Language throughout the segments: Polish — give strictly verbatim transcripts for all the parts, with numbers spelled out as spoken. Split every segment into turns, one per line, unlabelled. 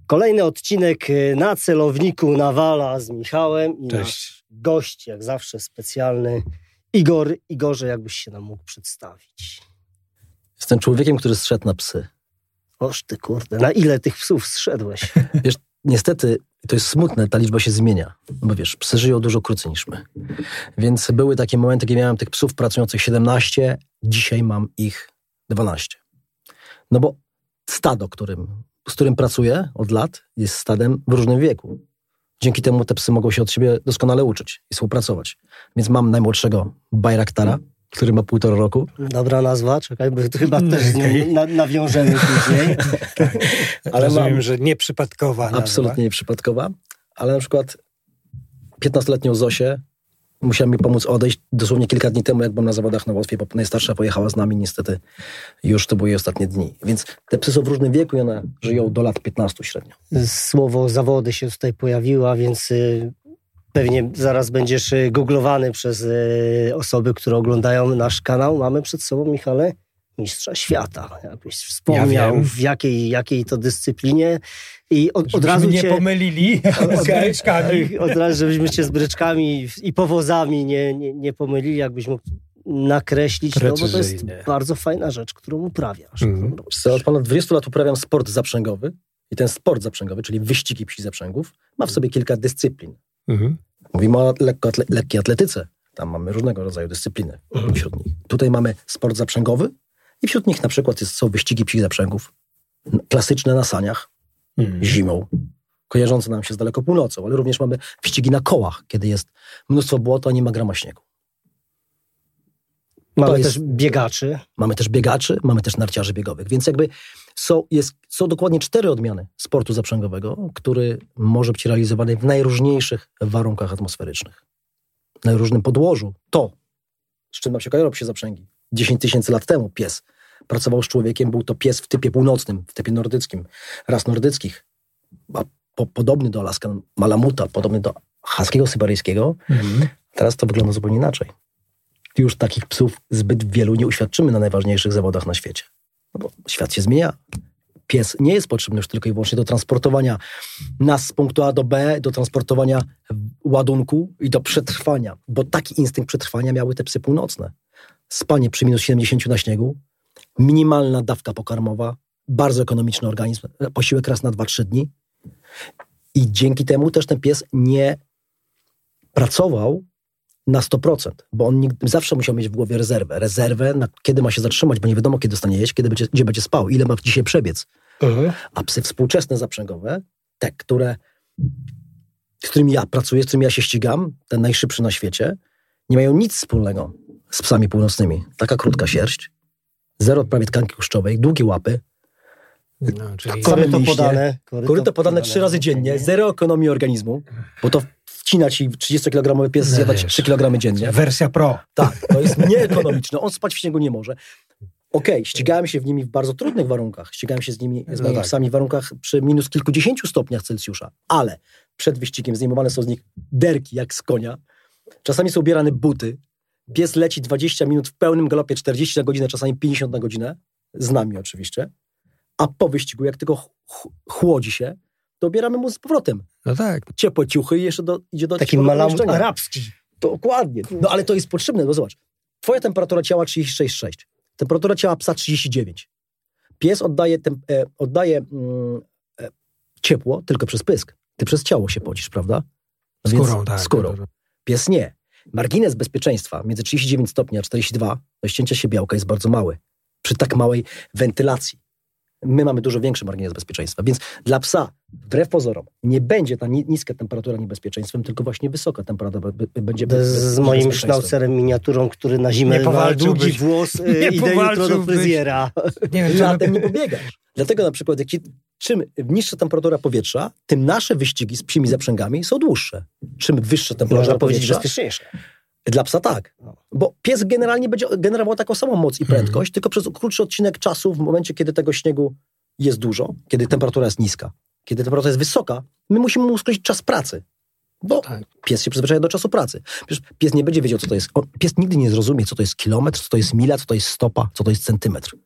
Kolejny odcinek na celowniku Nawala z Michałem i
Cześć.
nasz gość, jak zawsze specjalny, Igor. Igorze, jakbyś się nam mógł przedstawić?
Jestem człowiekiem, który zszedł na psy.
Oż ty kurde, na ile tych psów zszedłeś?
Wiesz, niestety, to jest smutne, ta liczba się zmienia. Bo wiesz, psy żyją dużo krócej niż my. Więc były takie momenty, kiedy miałem tych psów pracujących siedemnaście, dzisiaj mam ich dwanaście. No bo stado, którym, z którym pracuję od lat, jest stadem w różnym wieku. Dzięki temu te psy mogą się od siebie doskonale uczyć i współpracować. Więc mam najmłodszego Bajraktara, który ma półtora roku.
Dobra nazwa, czekaj, bo to chyba też z nią na, nawiążemy później.
Tak.
Ale
Rozumiem,
mam,
że nieprzypadkowa nazwa.
absolutnie nieprzypadkowa. Ale na przykład piętnastoletnią Zosię musiała mi pomóc odejść dosłownie kilka dni temu, jak byłem na zawodach na Łotwie, bo najstarsza pojechała z nami, niestety już to były jej ostatnie dni. Więc te psy są w różnym wieku i one żyją do lat piętnastu średnio.
Słowo zawody się tutaj pojawiło, więc y, pewnie zaraz będziesz y, googlowany przez y, osoby, które oglądają nasz kanał. Mamy przed sobą, Michale, mistrza świata. Jakbyś wspomniał,
Ja
w jakiej, jakiej to dyscyplinie. I od, od
Żebyśmy
razu
nie
cię...
pomylili z bryczkami.
Od razu, żebyśmy cię z bryczkami i powozami nie, nie, nie pomylili, jakbyś mógł nakreślić, no bo to jest bardzo fajna rzecz, którą uprawiasz.
Mhm.
Od ponad dwudziestu lat uprawiam sport zaprzęgowy i ten sport zaprzęgowy, czyli wyścigi psi zaprzęgów, ma w sobie kilka dyscyplin.
Mhm.
Mówimy o lekko atle- lekkiej atletyce. Tam mamy różnego rodzaju dyscypliny wśród nich. Tutaj mamy sport zaprzęgowy i wśród nich na przykład jest, są wyścigi psich zaprzęgów, klasyczne na saniach,
Mhm.
zimą, kojarzące nam się z daleko północą, ale również mamy wyścigi na kołach, kiedy jest mnóstwo błota, a nie ma grama śniegu.
Mamy
jest-
też biegaczy.
Mamy też biegaczy, mamy też narciarzy biegowych, więc jakby są, jest, są dokładnie cztery odmiany sportu zaprzęgowego, który może być realizowany w najróżniejszych warunkach atmosferycznych. Na różnym podłożu. To, z czym nam się kojarzą psie zaprzęgi. dziesięć tysięcy lat temu pies pracował z człowiekiem, był to pies w typie północnym, w typie nordyckim, ras nordyckich, a po, podobny do Alaskan Malamuta, podobny do haskiego syberyjskiego.
Mhm.
Teraz to wygląda zupełnie inaczej. Już takich psów zbyt wielu nie uświadczymy na najważniejszych zawodach na świecie. No bo świat się zmienia. Pies nie jest potrzebny już tylko i wyłącznie do transportowania nas z punktu A do B, do transportowania ładunku i do przetrwania. Bo taki instynkt przetrwania miały te psy północne. Spanie przy minus siedemdziesięciu na śniegu, minimalna dawka pokarmowa, bardzo ekonomiczny organizm, posiłek raz na dwa trzy dni. I dzięki temu też ten pies nie pracował na sto procent, bo on nigdy, zawsze musiał mieć w głowie rezerwę. Rezerwę, na kiedy ma się zatrzymać, bo nie wiadomo, kiedy dostanie jeść, kiedy będzie, gdzie będzie spał, ile ma dzisiaj przebiec.
Mhm.
A psy współczesne zaprzęgowe, te, które, z którymi ja pracuję, z którymi ja się ścigam, ten najszybszy na świecie, nie mają nic wspólnego z psami północnymi. Taka krótka sierść, zero prawie tkanki tłuszczowej, długie łapy,
No, czyli
Koryto
liście.
podane.
koryto podane trzy razy dziennie, zero ekonomii organizmu, bo to wcina ci trzydziestokilogramowy pies
No
zjadać
wiesz.
trzy kilogramy dziennie.
wersja pro.
Tak, to jest nieekonomiczne. On spać w śniegu nie może. Okej, okay, ścigałem się w nimi w bardzo trudnych warunkach. Ścigałem się z nimi, z
No
moimi
tak.
psami w warunkach przy minus kilkudziesięciu stopniach Celsjusza. Ale przed wyścigiem zdejmowane są z nich derki jak z konia. Czasami są ubierane buty. Pies leci dwadzieścia minut w pełnym galopie, czterdzieści na godzinę, czasami pięćdziesiąt na godzinę. Z nami oczywiście. A po wyścigu, jak tylko ch- chłodzi się, to ubieramy mu z powrotem
No tak.
ciepłe ciuchy i jeszcze do, idzie do
Taki
ciepłego
malamut
pomieszczenia.
arabski.
Dokładnie. No ale to jest potrzebne, bo zobacz. Twoja temperatura ciała trzydzieści sześć przecinek sześć. Temperatura ciała psa trzydzieści dziewięć. Pies oddaje, tem, e, oddaje mm, e, ciepło tylko przez pysk. Ty przez ciało się pocisz, prawda? No więc
Skórą, tak.
Skórą. Pies nie. Margines bezpieczeństwa między trzydzieści dziewięć stopni a czterdzieści dwa do ścięcia się białka jest bardzo mały. Przy tak małej wentylacji. My mamy dużo większy margines bezpieczeństwa. Więc dla psa, wbrew pozorom, nie będzie ta ni- niska temperatura niebezpieczeństwem, tylko właśnie wysoka temperatura b- b- będzie
To
be-
jest
be-
z moim
bezpieczeństwem.
sznaucerem miniaturą, który na zimę
Nie
ma
powalczyłbyś.
długi włos
Nie
y, idę jutro do
powalczyłbyś.
fryzjera.
Nie wiem, czy
Latem nie pobiegasz. Dlatego na przykład, jak ci, czym niższa temperatura powietrza, tym nasze wyścigi z psimi zaprzęgami są dłuższe. Czym wyższa temperatura
Można powiedzieć
powietrza,
bezpieczniejsze.
dla psa tak. Bo pies generalnie będzie generował taką samą moc i prędkość, tylko przez krótszy odcinek czasu, w momencie, kiedy tego śniegu jest dużo, kiedy temperatura jest niska, kiedy temperatura jest wysoka, my musimy mu skrócić czas pracy. Bo
Tak.
pies się przyzwyczaja do czasu pracy. Przecież pies nie będzie wiedział, co to jest. On, pies nigdy nie zrozumie, co to jest kilometr, co to jest mila, co to jest stopa, co to jest centymetr.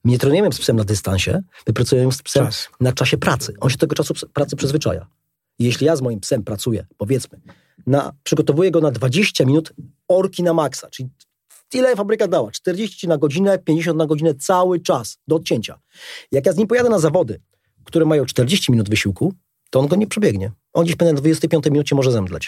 My nie trenujemy z psem na dystansie, my pracujemy z psem
Czas.
na czasie pracy. On się do tego czasu pracy przyzwyczaja. I jeśli ja z moim psem pracuję, powiedzmy, na, przygotowuję go na dwadzieścia minut orki na maksa, czyli ile fabryka dała? czterdzieści na godzinę, pięćdziesiąt na godzinę, cały czas do odcięcia. Jak ja z nim pojadę na zawody, które mają czterdzieści minut wysiłku, to on go nie przebiegnie. On gdzieś na dwudziestej piątej minucie może zemdleć.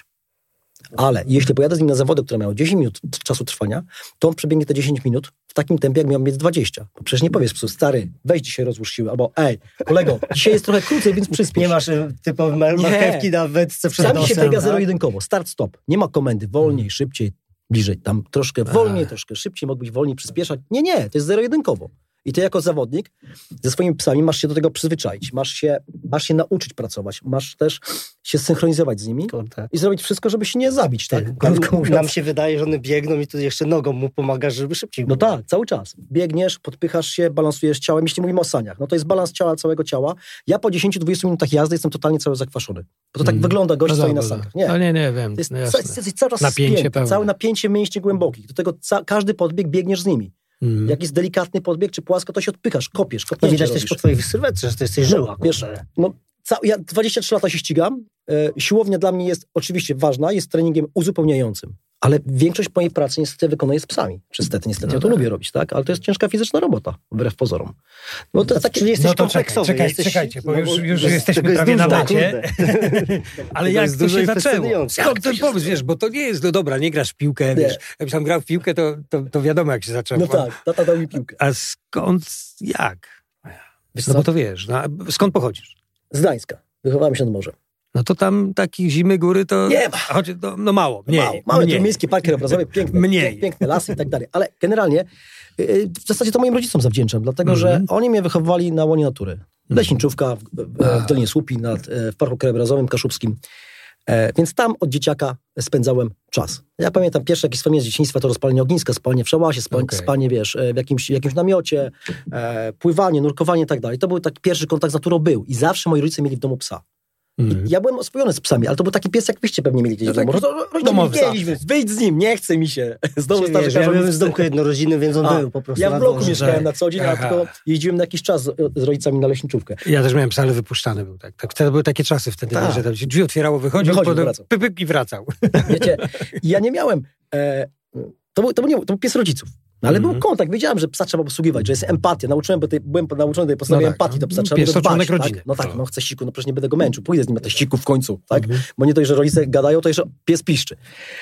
Ale jeśli pojadę z nim na zawody, które mają dziesięć minut czasu trwania, to on przebiegnie te dziesięć minut w takim tempie, jak miał mieć dwadzieścia. Bo przecież nie powiesz psu, stary, weź dzisiaj rozłóż siły, albo ej, kolego, dzisiaj jest trochę krócej, więc przyspiesz.
Nie masz y, typowej mar- marchewki na wędce przed
Sami się
nosem,
biega
tak?
zero-jedynkowo, start, stop. Nie ma komendy, wolniej, szybciej, bliżej. Tam troszkę wolniej, troszkę szybciej, mógłbyś wolniej przyspieszać. Nie, nie, to jest zero-jedynkowo. I ty jako zawodnik ze swoimi psami masz się do tego przyzwyczaić, masz się, masz się nauczyć pracować, masz też się synchronizować z nimi
Kurde.
i zrobić wszystko, żeby się nie zabić, tak?
Nam,
Krótko mówiąc.
nam się wydaje, że one biegną i tu jeszcze nogą mu pomagasz, żeby szybciej
No
było.
tak, cały czas. Biegniesz, podpychasz się, balansujesz ciałem. Jeśli mówimy o saniach, no to jest balans ciała, całego ciała. Ja po dziesięciu do dwudziestu minutach jazdy jestem totalnie cały zakwaszony. Bo to tak
Mm.
wygląda, gość
No
stoi na
dobra.
sankach. Nie.
No nie, nie wiem.
To jest,
No
ca-
jasne.
jest cały czas
Napięcie
spięty,
pełne.
całe napięcie mięśni głębokich. Do tego ca- każdy podbieg biegniesz z nimi.
Mm.
Jak jest delikatny podbieg, czy płasko, to się odpychasz, kopiesz,
To
kopnięcie
widać też
robisz.
po twojej sylwetce, że to jesteś żyła.
Wiesz, no, ca- ja dwadzieścia trzy lata się ścigam. E, siłownia dla mnie jest oczywiście ważna, jest treningiem uzupełniającym. Ale większość mojej pracy niestety wykonuję z psami. Czy stety, niestety,
No
ja to
tak.
lubię robić, tak? Ale to jest ciężka fizyczna robota, wbrew pozorom. No to jest takie,
Czyli jesteś
No to czekaj,
kompleksowy.
czekaj,
jesteś,
czekajcie, bo już-
bo
już
bez-
jesteśmy
tego jest
prawie na
dużo,
mecie.
kurde.
Ale
To
jak
jest
to
dużo
się
i
zaczęło?
fascynujące.
Skąd
Jak to
ten
się
pomysł?
zaczęło?
Wiesz, bo to nie jest, no dobra, nie grasz w piłkę, wiesz. Jakbyś tam grał w piłkę, to, to, to wiadomo, jak się zaczęło.
No tak, tata dał mi piłkę.
A skąd, jak?
Wiesz
No
co?
bo to wiesz, no, a skąd pochodzisz?
Z Gdańska. Wychowałem się nad morzem.
No to tam takich zimy, góry to...
Nie ma.
Choć, no, no mało, mniej.
Mało. Mamy
mniej.
tu miejskie parki obrazowe, piękne,
Mniej.
pięk- piękne lasy i tak dalej. Ale generalnie yy, w zasadzie to moim rodzicom zawdzięczam, dlatego
Mhm.
że oni mnie wychowywali na łonie natury. Leśniczówka w, w, w Dolinie Słupin, nad, e, w Parku Krajobrazowym Kaszubskim. E, więc tam od dzieciaka spędzałem czas. Ja pamiętam pierwsze jakieś wspomnienie z dzieciństwa to rozpalenie ogniska, spalenie w szałasie, spalenie,
Okej.
spalenie wiesz, e, w jakimś, jakimś namiocie, e, pływanie, nurkowanie i tak dalej. To był taki pierwszy kontakt z naturą był. I zawsze moi rodzice mieli w domu psa.
Mhm.
Ja byłem oswojony z psami, ale to był taki pies, jak wyście pewnie mieli gdzieś
No
w domu.
taki
Ro- ro-
domowy
rodzice mieli, wyjdź z nim, nie chce mi się. Znowu
Wiesz,
starszy
ja
każą
byłem
mi
z
chce.
domku jednorodzinnym, więc on
A,
był po prostu
Ja
na
w bloku
dworze.
mieszkałem
tak.
na co dzień, a
Aha.
tylko jeździłem na jakiś czas z, z rodzicami na leśniczówkę.
Ja też miałem psa, ale wypuszczany był. Tak. tak. Wtedy były takie czasy wtedy,
Tak.
że tam się drzwi otwierało, wychodził,
Wychodził,
potem
wracał.
pyk, pyk i wracał.
Wiecie, ja nie miałem... E, to, był, to, był nie, to był pies rodziców. No, ale
Mhm.
był kontakt, wiedziałem, że psa trzeba obsługiwać, że jest empatia. Nauczyłem, bo tej, byłem nauczony tej podstawie
No tak,
empatii,
no.
to psa trzeba
Pies
było
to członek
dbać,
rodziny.
tak? No tak,
No.
no chce siku, no przecież nie będę go męczył, pójdę z nim na te siku w końcu, tak?
Mhm.
Bo nie dość, że rodzice gadają, to jeszcze pies piszczy.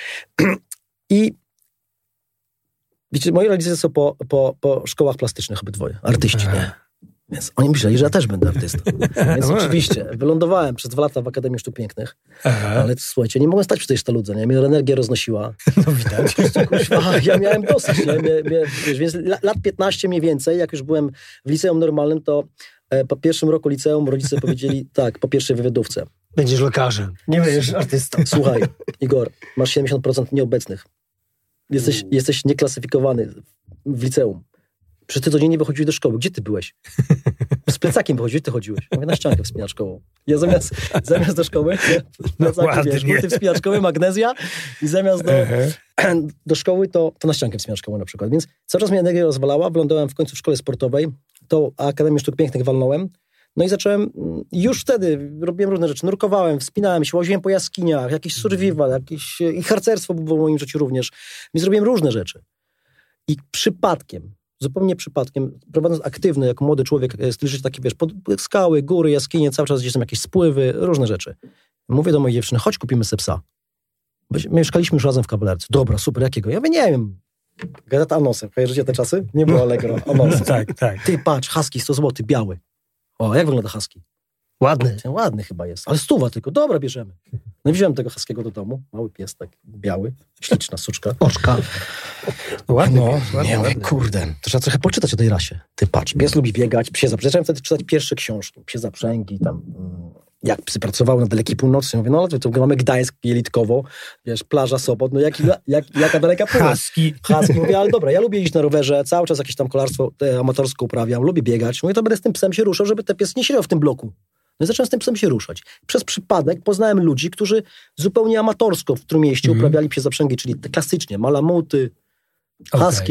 I wiecie, moi rodzice są po, po, po szkołach plastycznych obydwoje, artyści, nie? Więc oni myśleli, że ja też będę artystą. Więc oczywiście wylądowałem przez dwa lata w Akademii Sztuk Pięknych,
Aha.
ale słuchajcie, nie mogłem stać przy tej sztaludze, nie? Mnie energię roznosiła.
No widać.
A, ja miałem dosyć, nie? Mnie, mnie, wiesz, więc la- lat piętnaście mniej więcej, jak już byłem w liceum normalnym, to e, po pierwszym roku liceum rodzice powiedzieli, tak, po pierwszej wywiadówce.
Będziesz lekarzem. Nie będziesz artystą.
Słuchaj, Igor, masz siedemdziesiąt procent nieobecnych. Jesteś, jesteś nieklasyfikowany w liceum. Przecież ty codziennie wychodziłeś do szkoły. Gdzie ty byłeś? Z plecakiem wychodziłeś, ty chodziłeś. Mówię, na ściankę wspinaczkową. Ja zamiast, zamiast do szkoły,
No
plecaki,
ładnie.
wiesz, buty wspinaczkowe, magnezja i zamiast do, do szkoły, to, to na ściankę wspinaczkową na przykład. Więc cały czas mnie energia rozwalała. Wylądowałem w końcu w szkole sportowej. To Akademię Sztuk Pięknych walnąłem. No i zacząłem, mm, już wtedy robiłem różne rzeczy. Nurkowałem, wspinałem się, łaziłem po jaskiniach, jakiś survival, jakieś, i harcerstwo było w moim życiu również. Więc robiłem różne rzeczy. I przypadkiem, zupełnie przypadkiem, prowadząc aktywny jako młody człowiek styl życia taki, wiesz, pod skały, góry, jaskinie, cały czas gdzieś tam jakieś spływy, różne rzeczy. Mówię do mojej dziewczyny, chodź kupimy sobie psa. Bo my mieszkaliśmy już razem w kawalerce. Dobra, super, jakiego? Ja mówię, nie wiem. Gazeta Anosem. Kojarzycie te czasy? Nie było Allegro. Anosem.
Tak, tak.
Ty patrz, husky sto złotych, biały. O, jak wygląda husky?
Ładny.
Ten ładny chyba jest, ale stuwa tylko. Dobra, bierzemy. No i wziąłem tego huskiego do domu. Mały pies, tak biały. Śliczna suczka.
Oczka.
Ładny
No,
pies, ładny,
nie, mówię,
ładny.
kurde, to trzeba trochę poczytać o tej rasie. Ty patrz, pies lubi biegać, psie zaprzęgi. Zacząłem wtedy czytać pierwsze książki, psie zaprzęgi, tam, mm, jak psy pracowały na dalekiej północy. Mówię, no to mamy Gdańsk jelitkowo, wiesz, plaża Sopot, no jak, jak, jaka daleka północ.
Husky.
Husky. Mówię, ale dobra, ja lubię jeździć na rowerze, cały czas jakieś tam kolarstwo e, amatorskie uprawiam, lubię biegać. Mówię, to będę z tym psem się ruszał, żeby ten pies nie siedział w tym bloku. No i zacząłem z tym psem się ruszać. Przez przypadek poznałem ludzi, którzy zupełnie amatorsko w Trójmieście
Mhm.
uprawiali psie zaprzęgi, czyli te klasycznie, malamuty,
Okej.
huskie.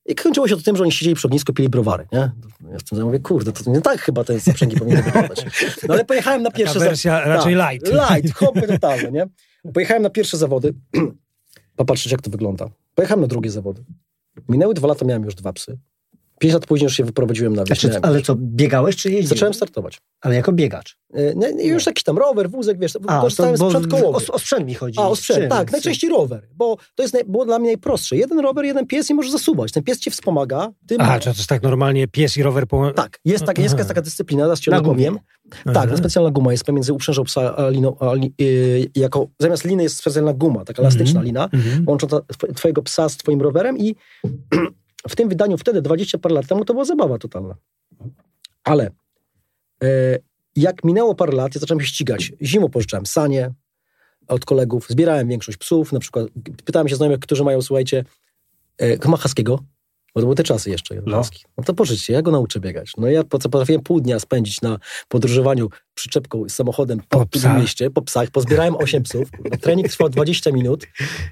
I kończyło się to tym, że oni siedzieli przy ognisku, pili browary, nie? Ja w tym mówię, kurde, to nie tak chyba te zaprzęgi powinny wyglądać. No ale pojechałem na pierwsze...
Taka wersja za... raczej
tak,
light.
Light, hopy totalne, nie? Pojechałem na pierwsze zawody, popatrzeć jak to wygląda. Pojechałem na drugie zawody. Minęły dwa lata, miałem już dwa psy. Pięć lat później już się wyprowadziłem na wieś.
Znaczy, ale co, biegałeś czy jeździłeś?
Zacząłem startować.
Ale jako biegacz?
Yy, nie, nie, już jakiś tam rower, wózek, wiesz,
A,
korzystałem
to,
z sprzęt kołowy.
O, o sprzęt mi chodzi.
A, o sprzęt,
czym?
tak, najczęściej rower, bo to jest naj, było dla mnie najprostsze. Jeden rower, jeden pies i możesz zasuwać. Ten pies cię wspomaga. Ty
Aha,
ma...
czy to jest tak normalnie pies i rower po...
Tak, jest, tak, jest, jest taka dyscyplina, zaraz cię
Na
nagumiem.
Aha.
Tak, specjalna guma jest pomiędzy uprzężą psa a liną, a li, yy, jako, zamiast liny jest specjalna guma, taka elastyczna
Mhm.
lina,
Mhm.
łącząca tw- twojego psa z twoim rowerem i w tym wydaniu wtedy, dwadzieścia parę lat temu, to była zabawa totalna. Ale e, jak minęło parę lat, ja zacząłem się ścigać. Zimą pożyczałem sanie od kolegów, zbierałem większość psów, na przykład pytałem się znajomych, którzy mają, słuchajcie, e, ma haskiego, bo to były te czasy jeszcze,
No.
husky. No to pożyczcie, ja go nauczę biegać. No ja po- potrafiłem pół dnia spędzić na podróżowaniu przyczepką z samochodem po,
Po
po
psach.
mieście, po psach, pozbierałem osiem psów, trening trwał dwadzieścia minut.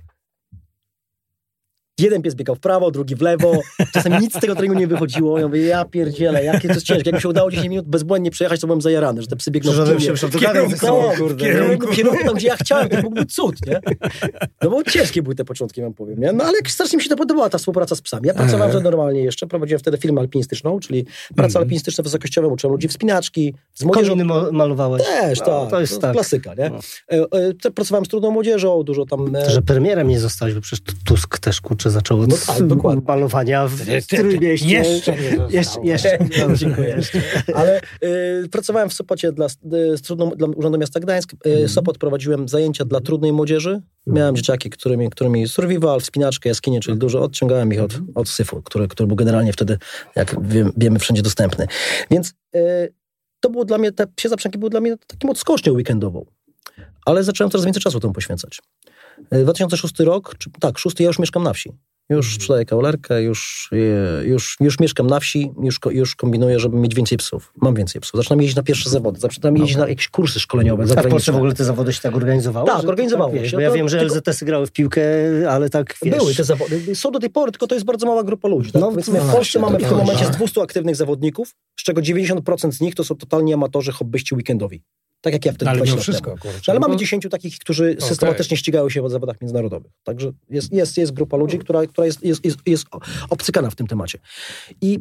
Jeden pies biegał w prawo, drugi w lewo. Czasami nic z tego treningu nie wychodziło. Ja mówię, ja pierdzielę, jakie to jest ciężkie. Jak mi się udało dziesięć minut bezbłędnie przejechać, to byłem zajarany, że te psy biegną w
Że
kinie.
się
W
dogadał ze sobą,
kierunku,
kurde.
w kierunku, w kierunku tam, gdzie ja chciałem. To mógł być cud, nie? No bo ciężkie były te początki, wam powiem, nie? No ale strasznie mi się to podobała, ta współpraca z psami. Ja pracowałem
Aha.
wtedy normalnie jeszcze, prowadziłem wtedy firmę alpinistyczną, czyli prace alpinistyczne wysokościowe, uczyłem ludzi wspinaczki, z młodzieżą.
Kominy ma- malowałeś?
Też,
No,
tak.
to jest tak.
Klasyka, nie?
No.
E, e, te- Pracowałem z trudną młodzieżą, dużo tam... E,
Że premierem nie zostałeś, bo przecież Tusk też, kurczę, zaczął od
No tak, dokładnie.
malowania w
Ty, ty, ty,
Trójmieście.
jeszcze nie zostało.
Jeszcze, jeszcze. No, dziękuję.
Ale y, pracowałem w Sopocie dla, y, z trudną, dla Urzędu Miasta Gdańsk. Y, Sopot prowadziłem zajęcia dla trudnej młodzieży. Miałem dzieciaki, którymi, którymi survival, wspinaczkę, jaskinie, czyli dużo. Odciągałem ich od, od syfu, który, który był generalnie wtedy, jak wie, wiemy, wszędzie dostępny. Więc y, to było dla mnie, te psie zaprzęgi były dla mnie takim odskocznią weekendową. Ale zacząłem coraz więcej czasu temu poświęcać. Y, dwa tysiące szósty rok, czy, tak, szósty, ja już mieszkam na wsi. Już sprzedaję kawalerkę, już, e, już, już mieszkam na wsi, już, ko- już kombinuję, żeby mieć więcej psów. Mam więcej psów. Zaczynam jeździć na pierwsze zawody, zaczynam jeździć na jakieś kursy szkoleniowe
A w Polsce w
zagraniczne.
ogóle te zawody się tak organizowały?
Tak,
Że-
organizowało
wiesz,
się.
Bo ja
To
wiem, że
tylko-
L Z S-y grały w piłkę, ale tak, wiesz...
Były te zawody. Są do tej pory, tylko to jest bardzo mała grupa ludzi. Tak?
No,
Powiedzmy,
no
w Polsce
właśnie,
mamy w
to
tym
prawda.
momencie z dwiestu aktywnych zawodników, z czego dziewięćdziesiąt procent z nich to są totalni amatorzy, hobbyści weekendowi. Tak jak ja wtedy
Ale
dwadzieścia
mimo
lat
wszystko,
temu.
kurczę.
Ale mamy
Bo-
dziesięciu takich, którzy systematycznie ścigają się w zawodach międzynarodowych. Także jest, jest, jest grupa ludzi, która, która jest, jest, jest, jest obcykana w tym temacie. I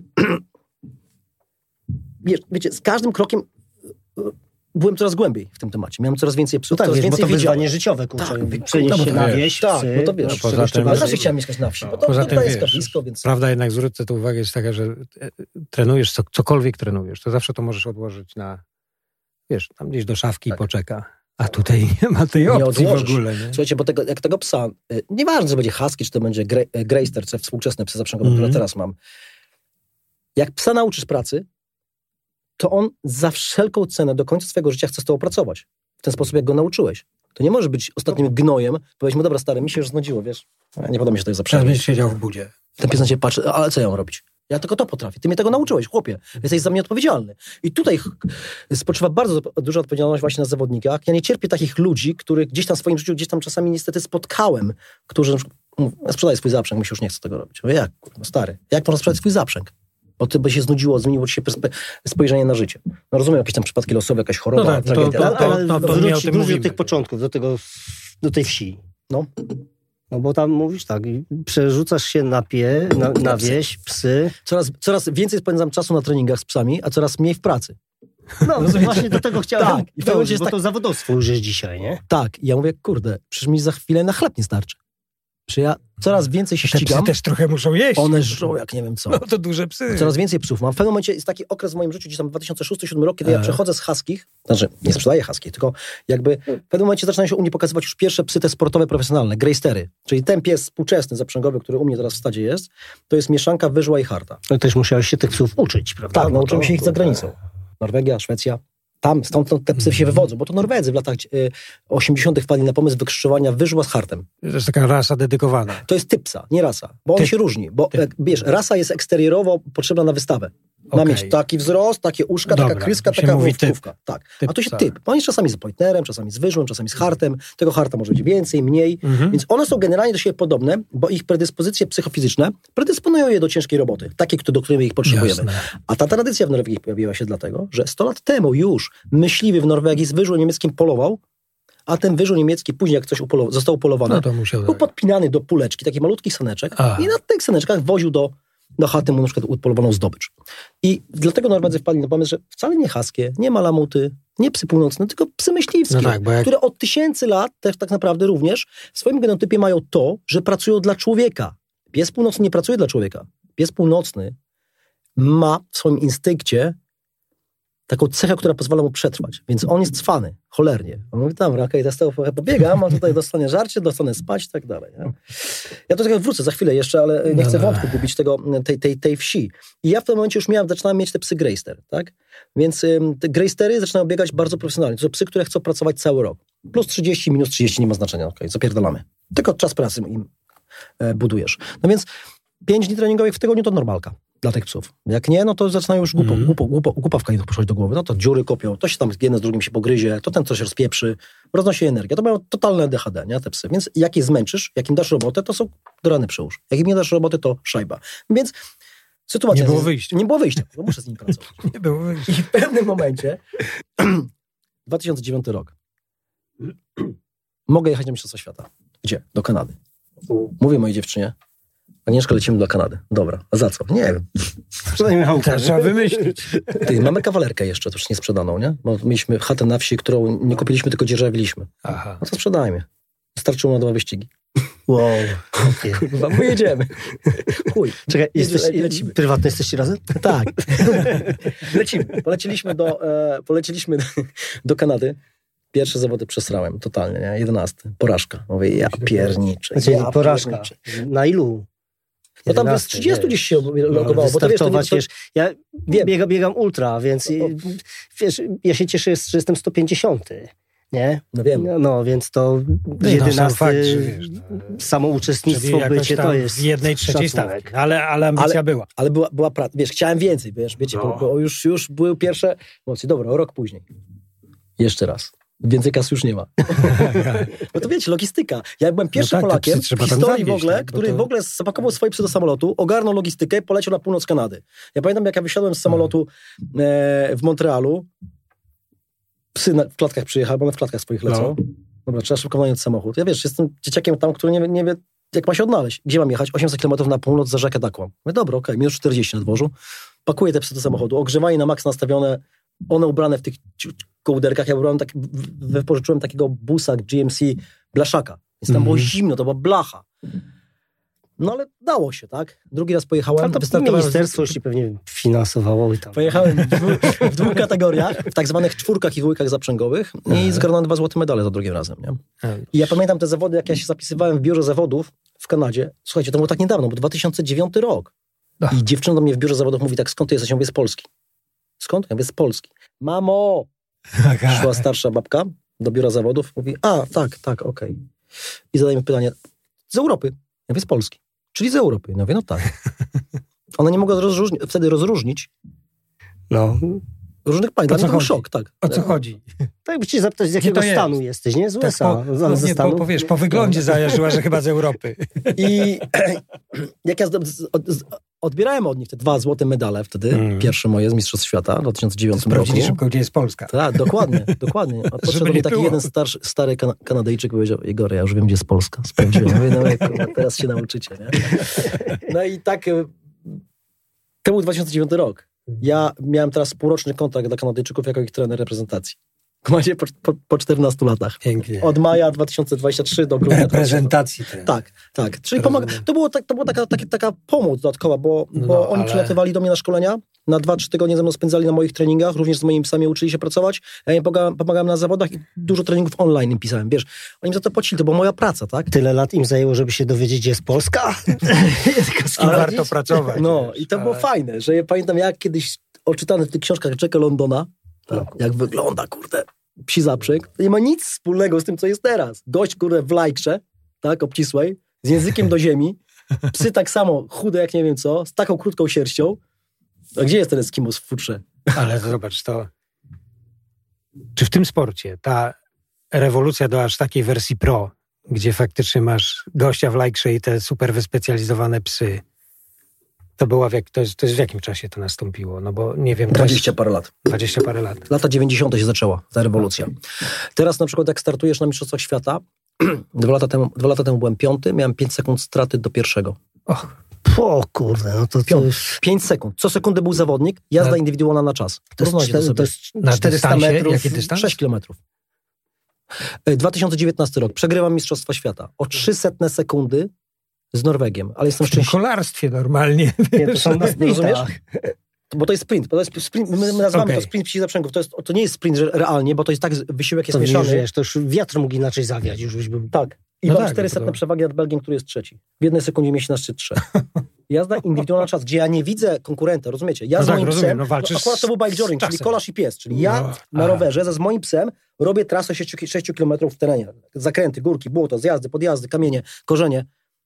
wiesz, wiecie, z każdym krokiem y, y, byłem coraz głębiej w tym temacie. Miałem coraz więcej
No
psów,
tak,
coraz
wiesz, bo
więcej
to
wiedziałem.
wyzwanie życiowe, kurczę.
Tak,
Przenieść
no bo
się
to
na
wiesz,
wieś,
tak,
psy,
no to wiesz,
no,
poza tym-
ale zawsze chciałem mieszkać na wsi, bo to,
Poza
to
tym,
jest
wiesz,
blisko, więc...
Prawda jednak, zwrócę tu uwagę, jest taka, że e, trenujesz, co, cokolwiek trenujesz, to zawsze to możesz odłożyć na, wiesz, tam gdzieś do szafki
Tak.
i poczeka. A tutaj nie ma tej
Nie
opcji w
odłożysz.
ogóle. Nie?
Słuchajcie, bo tego, jak tego psa, y, nieważne, czy będzie husky, czy to będzie Gre- y, Greyster, czy współczesne psy zaprzęgowe,
Mhm.
które teraz mam. Jak psa nauczysz pracy, to on za wszelką cenę do końca swojego życia chce z tobą pracować. W ten sposób, jak go nauczyłeś. To nie może być ostatnim gnojem, powiedz mu, dobra stary, mi się już znudziło, wiesz, a nie podoba mi się to
Teraz
zaprzęgać.
będziesz siedział w budzie.
Ten pies na ciebie patrzy, ale co ja mam robić? Ja tylko to potrafię. Ty mnie tego nauczyłeś, chłopie. Jesteś za mnie odpowiedzialny. I tutaj ch- spoczywa bardzo duża odpowiedzialność właśnie na zawodnikach. Ja nie cierpię takich ludzi, których gdzieś tam w swoim życiu, gdzieś tam czasami niestety spotkałem, którzy na przykład mówią, ja sprzedaję swój zaprzęg, mi się już nie chce tego robić. Mówię, jak, kurwa, stary, jak można sprzedać swój zaprzęg? Bo ty by się znudziło, zmieniło ci się perspe- spojrzenie na życie. No rozumiem, jakieś tam przypadki losowe, jakaś choroba,
No tak, to-
tragedia.
to-
ale-
to-
Ale
to- to nie o
wróć,
tym
wróć do
mówimy.
tych początków, do tego, do tej wsi.
No.
No bo tam mówisz tak, przerzucasz się na pie, na, na wieś, psy.
Coraz, coraz więcej spędzam czasu na treningach z psami, a coraz mniej w pracy.
No właśnie do tego chciałem
Tak, i w pewnym momencie
dążyć,
jest
bo
tak-
to zawodowstwo już jest dzisiaj, nie?
Tak, i ja mówię, kurde, przecież mi za chwilę na chleb nie starczy. Przecież ja coraz więcej się
Te psy
ścigam,
też trochę muszą jeść.
one żrą jak nie wiem co.
No to duże psy.
Coraz więcej psów mam. W pewnym momencie jest taki okres w moim życiu, gdzieś tam dwa tysiące szósty dwa tysiące siódmy rok, kiedy ja
Aha.
przechodzę z huskich, znaczy nie sprzedaję huskich, tylko jakby w pewnym momencie zaczynają się u mnie pokazywać już pierwsze psy te sportowe, profesjonalne, greystery. Czyli ten pies współczesny, zaprzęgowy, który u mnie teraz w stadzie jest, to jest mieszanka wyżła i harta.
No też musiałeś się tych psów uczyć, prawda?
Tak,
Bo
nauczyłem
to-
się ich za granicą. Norwegia, Szwecja. Tam, stąd to te psy się wywodzą, bo to Norwedzy w latach y, osiemdziesiątych wpadli na pomysł wykrzyżowania wyżła z hartem.
To jest taka rasa dedykowana.
To jest typ psa, nie rasa, bo on
Typ.
się różni. Bo
Typ.
jak, wiesz, rasa jest eksteriorowo potrzebna na wystawę. Ma
Okay.
mieć taki wzrost, takie uszka,
Dobra,
taka kryska,
się
taka
mówi
wątkówka. Tak.
Typ
A tu się
psa.
typ. On jest czasami z pointerem, czasami z wyżłem, czasami z hartem. Tego harta może być więcej, mniej.
Mhm.
Więc one są generalnie do siebie podobne, bo ich predyspozycje psychofizyczne predysponują je do ciężkiej roboty. Takiej, do której my ich potrzebujemy.
Jasne.
A ta tradycja w Norwegii pojawiła się dlatego, że sto lat temu już myśliwy w Norwegii z wyżłem niemieckim polował, a ten wyżół niemiecki później, jak coś upolo- został upolowany,
No to musiał
był
tak.
podpinany do puleczki, takich malutkich saneczek
A.
i na tych saneczkach woził do, do chaty mu na przykład upolowaną zdobycz. I dlatego Norwedzy wpadli na pomysł, że wcale nie haskie, nie malamuty, nie psy północne, tylko psy myśliwskie,
No tak, bo jak-
które od tysięcy lat też tak naprawdę również w swoim genotypie mają to, że pracują dla człowieka. Pies północny nie pracuje dla człowieka. Pies północny ma w swoim instynkcie taką cechę, która pozwala mu przetrwać. Więc on jest cwany, cholernie. On mówi, dobra, okej, okay, teraz trochę pobiegam, a tutaj dostanę żarcie, dostanę spać i tak dalej. Nie? Ja do tego wrócę za chwilę jeszcze, ale nie chcę
Dobra.
wątku gubić tego, tej, tej, tej wsi. I ja w tym momencie już miałem, zaczynałem mieć te psy Greyster, tak? Więc ym, te Greystery zaczynają biegać bardzo profesjonalnie. To są psy, które chcą pracować cały rok. Plus trzydzieści, minus trzydzieści nie ma znaczenia, okej, okay, zapierdalamy. Tylko czas pracy im e, budujesz. No więc pięć dni treningowych w tygodniu to normalka dla tych psów. Jak nie, no to zaczynają już głupo,
Mhm.
głupo, głupo, głupawka im przychodzi do głowy. No to dziury kopią, to się tam jedno z drugim się pogryzie, to ten coś rozpieprzy, roznosi energię. To mają totalne D H D, nie, te psy. Więc jak je zmęczysz, jak im dasz robotę, to są do rany przyłóż. Jak im nie dasz roboty, to szajba. Więc sytuacja...
Nie było
jest-
wyjścia.
Nie było wyjścia, bo muszę z nimi pracować.
Nie było wyjścia.
I w pewnym momencie, dwa tysiące dziewiąty rok, mogę jechać na Mistrzostwa Świata. Gdzie? Do Kanady. Mówię mojej dziewczynie, Agnieszka, lecimy do Kanady. Dobra, a za co? Nie wiem.
Przynajmniej Hałka.
Trzeba wymyślić.
Ty, mamy kawalerkę jeszcze, to już nie sprzedaną, nie? Bo mieliśmy chatę na wsi, którą nie kupiliśmy, tylko dzierżawiliśmy.
Aha.
No to sprzedajmy. Starczyło na dwa wyścigi.
Wow. Okay.
Kurwa, my jedziemy. Chuj.
Czekaj, jesteś,
Le- lecimy.
prywatnie jesteście razem?
Tak. Lecimy. Poleciliśmy do, e, poleciliśmy do, do Kanady. Pierwsze zawody przesrałem, totalnie, nie? jedenasty. Porażka. Mówię, ja pierniczę.
Znaczy,
Ja
porażka.
pierniczę.
Na ilu?
No tam z
jedenaście,
trzydziestu
wiesz.
gdzieś się
No,
logowało, bo to wiesz, to nie,
wystartować,
to,
wiesz, ja
Wiem.
biegam, biegam ultra, więc i- wiesz, ja się cieszę, że jestem sto pięćdziesiąty, nie?
no wiem.
No, no więc to
No, sam
jedenasty
fakt, że wiesz, no,
samo
Czyli
uczestnictwo
jakoś
bycie
tam
to jest
w jednej trzeciej
szacunek.
stawki. Ale, ale ambicja
Ale-
była.
Ale była, była praca. Wiesz, chciałem więcej, wiesz, wiecie,
No.
bo, bo już, już były pierwsze emocje. Dobra, rok później. Jeszcze raz. Więcej kas już nie ma. No to wiecie, logistyka. Ja byłem pierwszym
tak, te
Polakiem
psy
w
trzeba tam
historii w
zawieźć,
ogóle,
tak, bo
który
to-
w ogóle zapakował swoje psy do samolotu, ogarnął logistykę, poleciał na północ Kanady. Ja pamiętam, jak ja wysiadłem z samolotu e, w Montrealu, psy na, w klatkach przyjechały, bo one w klatkach swoich lecą.
No.
Dobra, trzeba szybko wynająć samochód. Ja wiesz, jestem dzieciakiem tam, który nie, wie- nie wie, jak ma się odnaleźć. Gdzie mam jechać? osiemset kilometrów na północ za rzekę Dakłam. Mówię, dobra, okej, minus czterdzieści na dworzu. Pakuję te psy do samochodu, ogrzewanie na maks nastawione, one ubrane w tych ciu- kołderkach. Ja ubrałem tak, w- wypożyczyłem takiego busa G M C blaszaka. Więc tam było
Mhm.
zimno, to była blacha. No ale dało się, tak? Drugi raz pojechałem.
Ale to
wystartowałem z-
ministerstwo już ci pewnie finansowało i tam.
Pojechałem w dwóch, w dwóch kategoriach, w tak zwanych czwórkach i dwójkach zaprzęgowych i zgarnąłem dwa złote medale za drugim razem, nie? I ja pamiętam te zawody, jak ja się zapisywałem w biurze zawodów w Kanadzie. Słuchajcie, to było tak niedawno, bo dwa tysiące dziewiąty rok.
Ach.
I dziewczyna do mnie w biurze zawodów mówi tak, skąd ty jesteś? Ja mówię, z Polski. Skąd? Ja mówię, z Polski. Mamo! Szła starsza babka do biura zawodów, mówi, a, tak, tak, okej. I zadaje mi pytanie, z Europy? Ja mówię, z Polski. Czyli z Europy. Ja mówię, no tak. Ona nie mogła rozróżni- wtedy rozróżnić
No,
różnych państw. Dla
O co
mnie to był
chodzi?
szok, tak.
O co chodzi?
tak by cię zapytać, z jakiego
to jest?
stanu jesteś, nie? Z U S A.
Tak po,
Z- ze
nie,
stanu.
po, po, wiesz, po wyglądzie zajarzyła, że chyba z Europy.
I jak ja zdo- z- od, z- odbierałem od nich te dwa złote medale wtedy,
Mm.
pierwsze moje z Mistrzostw Świata w dwa tysiące dziewiątym roku.
Sprawdzili szybko, gdzie jest Polska.
Tak, dokładnie, dokładnie. A podszedł do
nie
mnie taki
było.
jeden starszy, stary kan- Kanadyjczyk i powiedział, Igor, ja już wiem, gdzie jest Polska. Sprawdziłem. Ja mówię, no jak, kurwa, teraz się nauczycie, nie? No i tak, e, to był dwa tysiące dziewiąty rok. Ja miałem teraz półroczny kontrakt dla Kanadyjczyków jako ich trener reprezentacji. Kumacie, po, po, po czternastu latach.
Pięknie.
Od maja dwa tysiące dwudziestego trzeciego do grudnia.
Reprezentacji. Ten.
Tak, tak. Czyli
Rozumiem.
pomaga, to, było tak, to była taka, taka, taka pomoc dodatkowa, bo,
No,
bo oni
ale-
przylatywali do mnie na szkolenia, na dwa, trzy tygodnie ze mną spędzali na moich treningach, również z moimi psami uczyli się pracować, ja im pomagałem, pomagałem na zawodach i dużo treningów online im pisałem, wiesz, oni mi za to płacili, to była moja praca, tak?
Tyle lat im zajęło, żeby się dowiedzieć, gdzie jest Polska.
Z kim warto pracować.
No
wiesz,
i to było
ale-
fajne, że ja pamiętam jak kiedyś odczytane w tych książkach Jacka Londona, tak,
No.
jak wygląda, kurde, psi zaprzęg, to nie ma nic wspólnego z tym, co jest teraz. Gość, kurde, w lajkrze, tak, obcisłej, z językiem do ziemi, psy tak samo chude jak nie wiem co, z taką krótką sierścią, A gdzie jest ten Eskimos w futrze?
Ale zobacz, to... Czy w tym sporcie ta rewolucja do aż takiej wersji pro, gdzie faktycznie masz gościa w lajkrze i te super wyspecjalizowane psy, to była w jak, to, jest, to jest w jakim czasie to nastąpiło? No bo nie wiem...
dwadzieścia parę lat.
dwadzieścia parę lat.
Lata dziewięćdziesiąte się zaczęła ta rewolucja. Teraz na przykład jak startujesz na Mistrzostwach Świata, dwa lata temu, dwa lata temu byłem piąty, miałem pięć sekund straty do pierwszego.
Och.
O kurde, no to, to już...
pięć sekund. Co sekundę był zawodnik, jazda
Na...
indywidualna na czas.
To jest, cztery, to jest
na
czterysta metrów.
Jaki dystans?
sześć kilometrów. dwa tysiące dziewiętnasty rok. Przegrywam Mistrzostwa Świata. O trzysta sekundy z Norwegiem. Ale jestem
w tym
szczęśliwy.
kolarstwie normalnie.
Nie, to są na
Rozumiesz?
sprintach.
Bo to jest sprint. Bo to jest sprint my, my nazywamy
Okay.
to sprint przy zaprzęgów. To, jest, to nie jest sprint że realnie, bo to jest tak, wysiłek jest
To
mieszany.
wiesz, wiesz, to już wiatr mógł inaczej zawiać. Już byś był...
Tak. I
No
mam
tak,
czterysta
no to-
przewagi nad Belgiem, który jest trzeci. W jednej sekundzie mieści na szczyt trzy. Jazda indywidualna czas, gdzie ja nie widzę konkurenta, rozumiecie? Ja
No
z
tak,
moim
rozumiem,
psem,
no walczysz
akurat to był bike
z
jogging, czyli
czasem.
kolarz i pies, czyli ja
No,
na
aha.
rowerze ze z moim psem robię trasę sześć kilometrów w terenie. Zakręty, górki, błoto, zjazdy, podjazdy, kamienie, korzenie.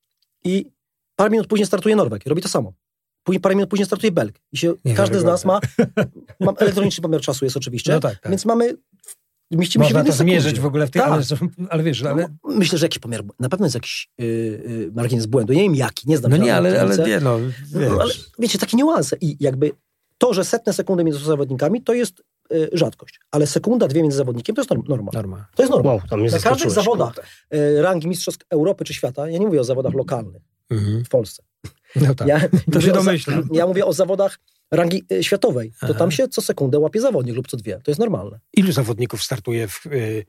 I parę minut później startuje Norweg, robi to samo. Później, parę minut później startuje Belg. I się,
Nie
każdy z nas ma,
wygląda.
ma elektroniczny pomiar czasu jest oczywiście,
No tak, tak.
więc mamy, mieścimy się w
Można
jednej
to
sekundzie.
zmierzyć w ogóle w tej...
Tak.
Ale, ale wiesz, ale...
No, myślę, że jakiś pomiar, na pewno jest jakiś yy, yy, margines błędu. Nie wiem jaki, nie znam.
No
się
nie,
na
ale, ale
elektronice.
nie, no, wiesz.
No, ale wiecie, takie niuanse. I jakby to, że setne sekundy między zawodnikami, to jest y, rzadkość. Ale sekunda, dwie między zawodnikiem, to jest norm, norma.
Norma.
To jest norma.
Wow, tam mnie
Na każdych
zaskoczyłeś,
zawodach
kurde.
y, rangi mistrzostw Europy czy świata, ja nie mówię o zawodach lokalnych
Mhm.
w Polsce.
No tak.
Ja,
To
mówię
się
o za-
domyślam.
Ja mówię o zawodach rangi y, światowej. To
Aha.
tam się co sekundę łapie zawodnik lub co dwie. To jest normalne.
Ilu zawodników startuje w... Y,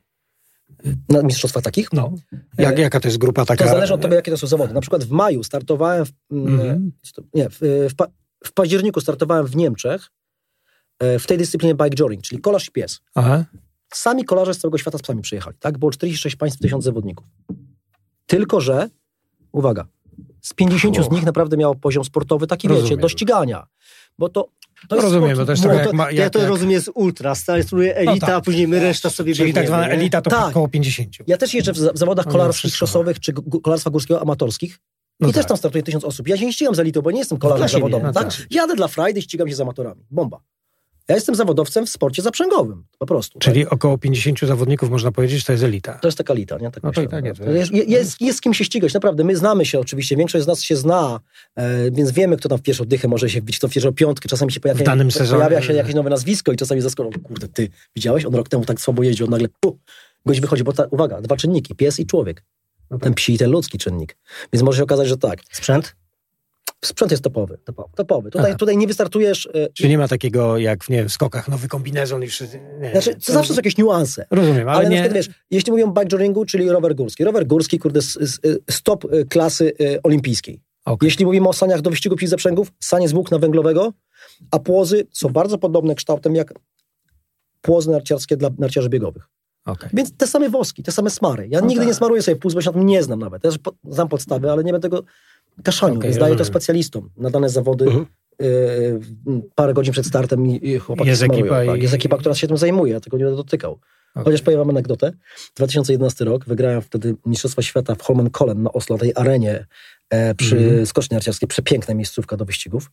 Na mistrzostwach takich?
no, jak, jaka to jest grupa taka...
To zależy od tego, jakie to są zawody. Na przykład w maju startowałem w, mm,
Mhm.
nie, w, w, pa, w październiku startowałem w Niemczech e, w tej dyscyplinie bike jogging, czyli kolarz i pies.
Aha.
Sami kolarze z całego świata z psami przyjechali, tak? Było czterdzieści sześć państw, tysiąc zawodników. Tylko że, uwaga, z pięćdziesięciu z nich naprawdę miało poziom sportowy taki,
Rozumiem.
wiecie, do ścigania. Bo to, to jest
Rozumiem,
sport-
bo to jest
no,
trochę
To,
jak... Ma,
ja
jak,
to
jak
rozumiem z ultra, startuje elita,
No tak.
a później my reszta sobie
czyli tak
biegniemy,
zwana
nie?
elita to
Tak.
około pięćdziesięciu.
Ja też jeżdżę w, za- w zawodach
No,
kolarskich,
wszystko.
szosowych czy g- kolarstwa górskiego amatorskich.
No
I
tak.
też tam startuje tysiąc osób. Ja się nie ścigam z elitą, bo nie jestem kolarzem
właśnie nie,
zawodowym.
no
tak?
tak.
Jadę dla frajdy, ścigam się z amatorami. Bomba. Ja jestem zawodowcem w sporcie zaprzęgowym. Po prostu.
Czyli
tak?
około pięćdziesięciu zawodników, można powiedzieć, to jest elita.
To jest taka elita, nie? Tak
No to
myślę,
i tak nie,
naprawdę.
to
jest, jest, jest z kim się ścigać, naprawdę. My znamy się oczywiście, większość z nas się zna, e, więc wiemy, kto tam w pierwszą dychę może się wbić, kto w pierwszą piątkę. Czasami się pojawia,
W danym sezonie.
pojawia się jakieś nowe nazwisko i czasami zaskoczą. Kurde, ty widziałeś? On rok temu tak słabo jeździł, on nagle pu, gość wychodzi, bo ta, uwaga, dwa czynniki, pies i człowiek.
No tak.
Ten psi i ten ludzki czynnik. Więc może się okazać, że tak.
Sprzęt?
Sprzęt jest topowy. Topowy. Tutaj,
Aha.
tutaj nie wystartujesz... E,
Czyli nie ma takiego jak w, nie wiem, w skokach, nowy kombinezon i wszyscy... Nie,
znaczy, to zawsze są jakieś niuanse.
Rozumiem, ale,
Ale
nie...
na przykład, wiesz, jeśli mówią o bike joggingu, czyli rower górski. Rower górski, kurde, z, z, z top y, klasy y, olimpijskiej.
Okay.
Jeśli mówimy o saniach do wyścigu przy zaprzęgów, sanie z włókna węglowego, a płozy są bardzo podobne kształtem jak płozy narciarskie dla narciarzy biegowych.
Okay.
Więc te same woski, te same smary. Ja
No
nigdy
tak.
nie smaruję sobie płuc, bo się na tym nie znam nawet. Ja też po, znam podstawy, ale nie będę tego kaszaniu,
Okay,
więc daję to
rozumiem.
specjalistom na dane zawody.
Mhm.
y, parę godzin przed startem i, i chłopaki
Jest
smarują,
ekipa
tak.
i-
Jest ekipa, która się tym zajmuje, ja tego nie będę dotykał.
Okay.
Chociaż powiem wam anegdotę. dwa tysiące jedenasty rok, wygrałem wtedy Mistrzostwa Świata w Holmenkollen na Oslo, tej arenie e, przy
Mhm.
skoczni narciarskiej. Przepiękna miejscówka do wyścigów.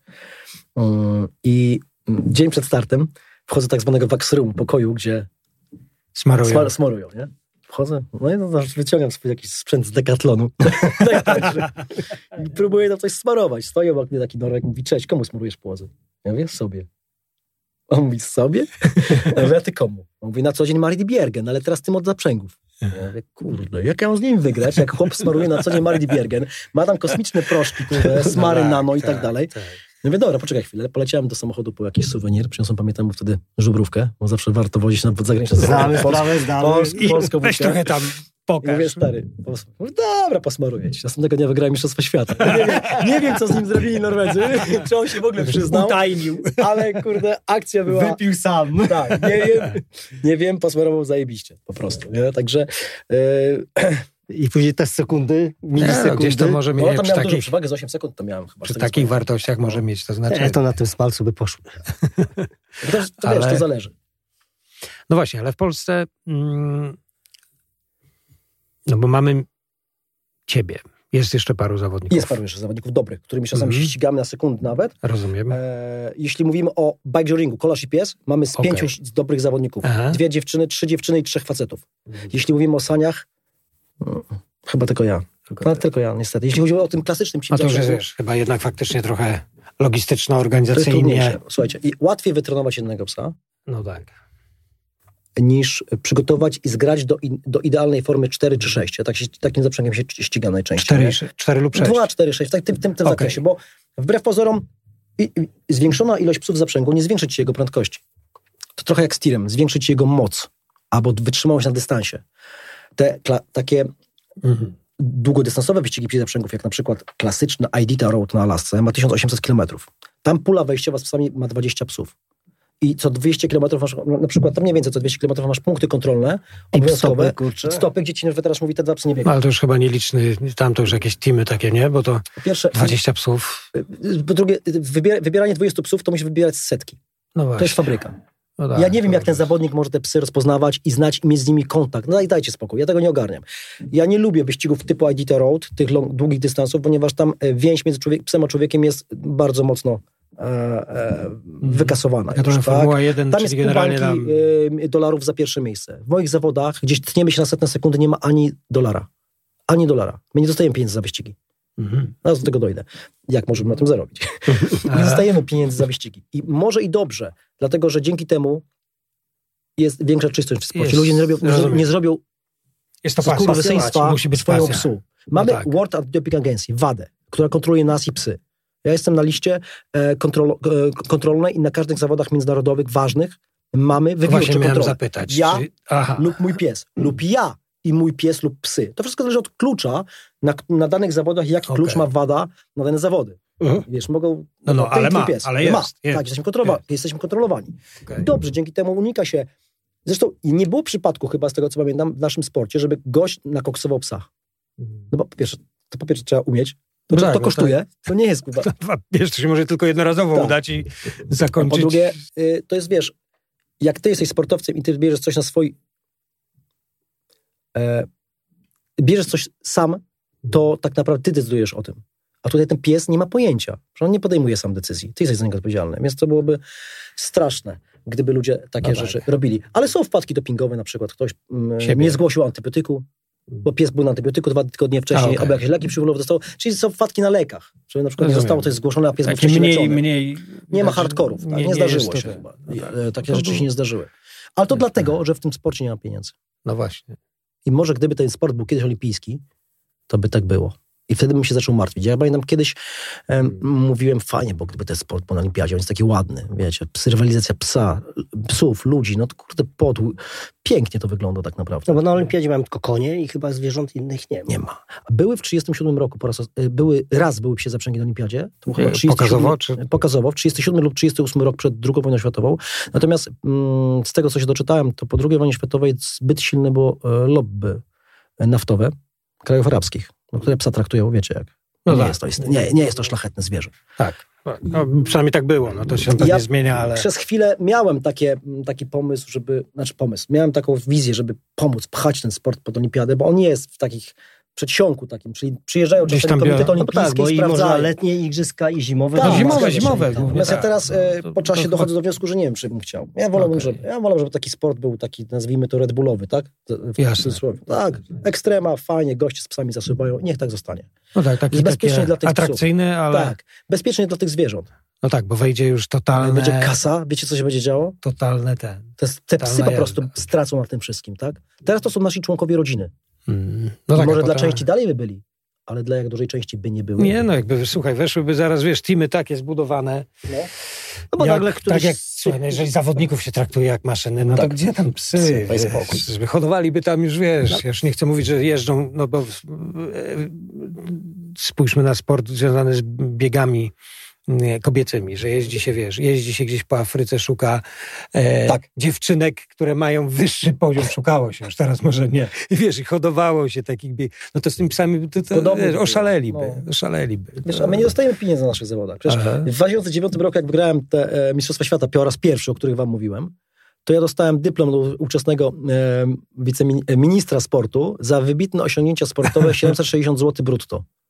Um, I mm, dzień przed startem wchodzę do tak zwanego wax room, pokoju, gdzie
Smarują.
smar, smarują, nie? Wchodzę, no i no, wyciągam swój jakiś sprzęt z Decathlonu. tak, także. I próbuję tam coś smarować. Stoi obok mnie taki Norweg, mówi, cześć, komu smarujesz płozy? Ja mówię, sobie. On mówi, sobie? Ja mówię, a ty komu? On mówi, na co dzień Marit Bjergen, ale teraz tym od zaprzęgów. Ja mówię, kurde, jak ja mam z nim wygrać, jak chłop smaruje na co dzień Marit Bjergen, ma tam kosmiczne proszki, kurde, smary
No tak,
nano i tak,
tak,
dalej.
tak.
Ja mówię, dobra, poczekaj chwilę. Poleciałem do samochodu po jakiś suwenir, przyniosłem, pamiętam mu wtedy żubrówkę, bo zawsze warto wozić na zagraniczne
Znamy
samochody.
sprawę, znamy.
Polsk,
I
polską
weź
wódkę.
trochę tam
I
pokaż.
mówię, stary, pos... mówię, dobra, posmaruję ci. Następnego dnia wygrałem Mistrzostwo Świata. Nie wiem, nie wiem, co z nim zrobili Norwedzy, czy on się w ogóle przyznał,
Utajnił.
ale kurde, akcja była...
Wypił sam.
Tak, nie wiem, nie wiem, posmarował zajebiście, po prostu. Nie? Także... Yy,
I później te sekundy,
Nie,
milisekundy.
no, gdzieś to może mieć
no, tam
przy
miałem dużą
takich,
przewagę, z osiem sekund to miałem chyba.
przy
z tego
takich
co
wartościach może mieć to znaczenie.
E, to na tym smalcu by poszły.
pamiętam. To, to
Ale-
wiesz, to zależy.
No właśnie, ale w Polsce mm, no bo mamy ciebie, Jest jeszcze paru zawodników.
Jest paru jeszcze zawodników dobrych, którymi czasami
Mhm.
się ścigamy na sekundę nawet.
Rozumiem.
E, jeśli mówimy o bike joringu, kolarz i pies, mamy z
Okej.
pięciu dobrych zawodników.
Aha.
Dwie dziewczyny, trzy dziewczyny i trzech facetów. Jeśli mówimy o saniach, no, chyba tylko ja.
Tylko
No,
ty.
tylko ja, niestety. Jeśli chodzi o tym klasycznym
A to już jest,
zaprzęgu,
wiesz, chyba jednak faktycznie trochę logistyczno,
to jest
organizacyjnie.
trudniejsze. Słuchajcie, i łatwiej wytrenować jednego psa,
No tak.
niż przygotować i zgrać do, i- do idealnej formy cztery czy sześć. Ja tak się, takim zaprzęgiem się ściga najczęściej.
Cztery,
nie?
sze- cztery lub sześć.
Dwa, cztery, sześć, w tym, tym, tym
Okej.
zakresie, bo wbrew pozorom i, i zwiększona ilość psów w zaprzęgu nie zwiększy ci jego prędkości. To trochę jak z tirem, zwiększy ci jego moc albo wytrzymałość na dystansie. Te kla, takie
Mhm.
długodystansowe wyścigi psich zaprzęgów, jak na przykład klasyczny Iditarod Road na Alasce, ma tysiąc osiemset kilometrów. Tam pula wejściowa z psami ma dwadzieścia psów. I co dwieście kilometrów masz, na przykład tam mniej więcej co dwieście kilometrów masz punkty kontrolne, obowiązkowe,
stopy, kurczę.
stopy, gdzie ci weteran mówi, te dwa psy nie
No,
biegają.
ale to już chyba nieliczny, tam to już jakieś teamy takie, nie? Bo to
Po pierwsze,
dwadzieścia psów.
po drugie, wybier, wybieranie dwudziestu psów to musi wybierać z setki.
No właśnie.
To jest fabryka.
No tak,
Ja nie wiem,
to
jak ten
już-
zawodnik może te psy rozpoznawać i znać i mieć z nimi kontakt. No i dajcie spokój, ja tego nie ogarniam. Ja nie lubię wyścigów typu Iditarod Road, tych long, długich dystansów, ponieważ tam e, więź między człowiek, psem a człowiekiem jest bardzo mocno e, e, wykasowana.
Ja trochę
już, tak?
Formuła jeden,
Tam
czyli
jest pół
generalnie
bańki
tam...
e, dolarów za pierwsze miejsce. W moich zawodach, gdzieś tniemy się na setne sekundy, nie ma ani dolara. Ani dolara. My nie dostajemy pieniędzy za wyścigi.
Mhm.
Zaraz do tego dojdę. Jak możemy na tym zarobić? Nie dostajemy pieniędzy za wyścigi. I może i dobrze, dlatego że dzięki temu jest większa czystość w sporcie.
Jest,
Ludzie nie, robią, nie,
rozumiem.
nie zrobią
Jest to pasja.
skurwysyństwa
Musi być
swojemu
pasja.
psu. Mamy
No tak.
World Anti-Doping Agency, W A D E, która kontroluje nas i psy. Ja jestem na liście e, kontrolo, e, kontrolnej i na każdych zawodach międzynarodowych ważnych mamy
Właśnie
wywiórcze
miałem
kontrole.
zapytać.
Ja
Czy... Aha.
lub mój pies, lub ja i mój pies lub psy. To wszystko zależy od klucza na, na danych zawodach, jaki
Okej.
klucz ma W A D A na dane zawody.
Mhm.
Wiesz, mogą...
No, no,
ty
ale
i twój
ma,
pies.
ale
ma.
jest, jest.
Tak, jesteśmy, kontrolowa-
Jest.
jesteśmy kontrolowani.
Okej.
Dobrze, dzięki temu unika się... Zresztą nie było przypadku chyba, z tego co pamiętam, w naszym sporcie, żeby gość nakoksował psa. No bo po pierwsze, to po pierwsze trzeba umieć. To,
No
to,
tak,
to
no
kosztuje. To nie jest chyba...
Wiesz, to się może tylko jednorazowo
Tak.
udać i
A
zakończyć.
po drugie, y, to jest, wiesz, jak ty jesteś sportowcem i ty bierzesz coś na swój... E, bierzesz coś sam, to tak naprawdę ty decydujesz o tym. A tutaj ten pies nie ma pojęcia, że on nie podejmuje sam decyzji. Ty jesteś za niego odpowiedzialny. Więc to byłoby straszne, gdyby ludzie takie
No tak.
rzeczy robili. Ale są wpadki dopingowe, na przykład ktoś mm,
Siebie.
nie zgłosił antybiotyku, bo pies był na antybiotyku dwa tygodnie wcześniej,
A, okej.
albo jakieś leki przywólowe dostał. Czyli są wpadki na lekach. Żeby na przykład nie
Rozumiem.
zostało coś zgłoszone, a pies był
Taki
wcześniej
mniej,
leczony.
mniej...
Nie ma
znaczy,
hardkorów. Tak? Nie,
nie
zdarzyło
jest
się
to-
chyba.
no tak.
E, Takie
To
rzeczy
był-
się nie zdarzyły. Ale to
Jest
dlatego,
tak.
że w tym sporcie nie ma pieniędzy.
No właśnie.
I może gdyby ten sport był kiedyś olimpijski, to by tak było. I wtedy bym się zaczął martwić. Ja pamiętam kiedyś em, mówiłem, fajnie, bo gdyby ten sport był na olimpiadzie, on jest taki ładny, wiecie, psy, rywalizacja psa, psów, ludzi, no to kurde, podł. Pięknie to wygląda tak naprawdę.
No bo na olimpiadzie mamy tylko konie i chyba zwierząt innych nie ma.
Nie ma. A były w trzydziestym siódmym roku, po raz, y, były, raz były psie zaprzęgi na olimpiadzie. To był chyba
E,
trzydziesty siódmy
pokazowo, czy-
Pokazowo, w trzydziestym siódmym lub trzydziestym ósmym rok przed drugą wojną światową. Natomiast mm, z tego, co się doczytałem, to po drugiej wojnie światowej zbyt silne było e, lobby naftowe krajów arabskich, no, które psa traktują, wiecie jak.
No
nie,
tak.
jest to, ist- nie, nie jest to szlachetne zwierzę.
Tak. No, przynajmniej tak było. No to się pewnie
Ja
zmienia, ale...
Przez chwilę miałem takie, taki pomysł, żeby, znaczy pomysł, miałem taką wizję, żeby pomóc, pchać ten sport pod olimpiadę, bo on nie jest w takich przedsionku takim, czyli przyjeżdżają
Gdzieś
czasami
tam
komitety
bio-
No
olimpijskie
tak, bo
i
i można
sprawdzają.
letnie igrzyska i zimowe.
Tak,
No, zimowe,
zgadza się.
zimowe.
Tak.
głównie
Natomiast ja
tak.
teraz e,
To-
po czasie
to
dochodzę
chyba-
do wniosku, że nie wiem, czy bym chciał. Ja wolałbym,
Okej.
żeby, ja wolałbym, żeby taki sport był taki, nazwijmy to Red Bullowy, tak? W
Jasne.
cudzysłowie. Tak, ekstrema, fajnie, goście z psami zasypają, niech tak zostanie.
No tak, takie,
Jest bezpiecznie
takie
dla tych psów.
atrakcyjne, ale...
Tak, bezpiecznie dla tych zwierząt.
No tak, bo wejdzie już totalne...
Będzie kasa, wiecie, co się będzie działo?
Totalne ten...
Te, te
Totalna
psy po prostu
jazda.
stracą na tym wszystkim, tak? Teraz to są nasi członkowie rodziny.
Mm.
I
No tak,
może
a
dla
potem-
części dalej by byli, ale dla jak dużej części by nie były.
Nie, no jakby, słuchaj, weszłyby zaraz, wiesz, teamy takie zbudowane.
No.
No bo
jak,
nagle któryś...
tak jak, słuchaj, no jeżeli zawodników się traktuje jak maszyny, no
Tak.
to gdzie tam psy?
Psy, daj
wiesz,
spokój.
żeby hodowaliby tam już, wiesz, ja już nie chcę mówić, że jeżdżą, no bo e, spójrzmy na sport związany z biegami nie, kobiecymi, że jeździ się, wiesz, jeździ się gdzieś po Afryce, szuka e,
Tak.
dziewczynek, które mają wyższy poziom, szukało się, już teraz może nie, i wiesz, i hodowało się takich bieg, no to z tymi psami to, to,
Podobnie
wiesz,
było.
oszaleliby,
No.
oszaleliby.
Wiesz, a my nie dostajemy pieniędzy za naszych zawodach. Przecież
Aha.
w dwa tysiące dziewiątym roku, jak wygrałem te e, Mistrzostwa Świata po raz pierwszy, o których wam mówiłem, to ja dostałem dyplom do ówczesnego e, wiceministra sportu za wybitne osiągnięcia sportowe siedemset sześćdziesiąt złotych brutto.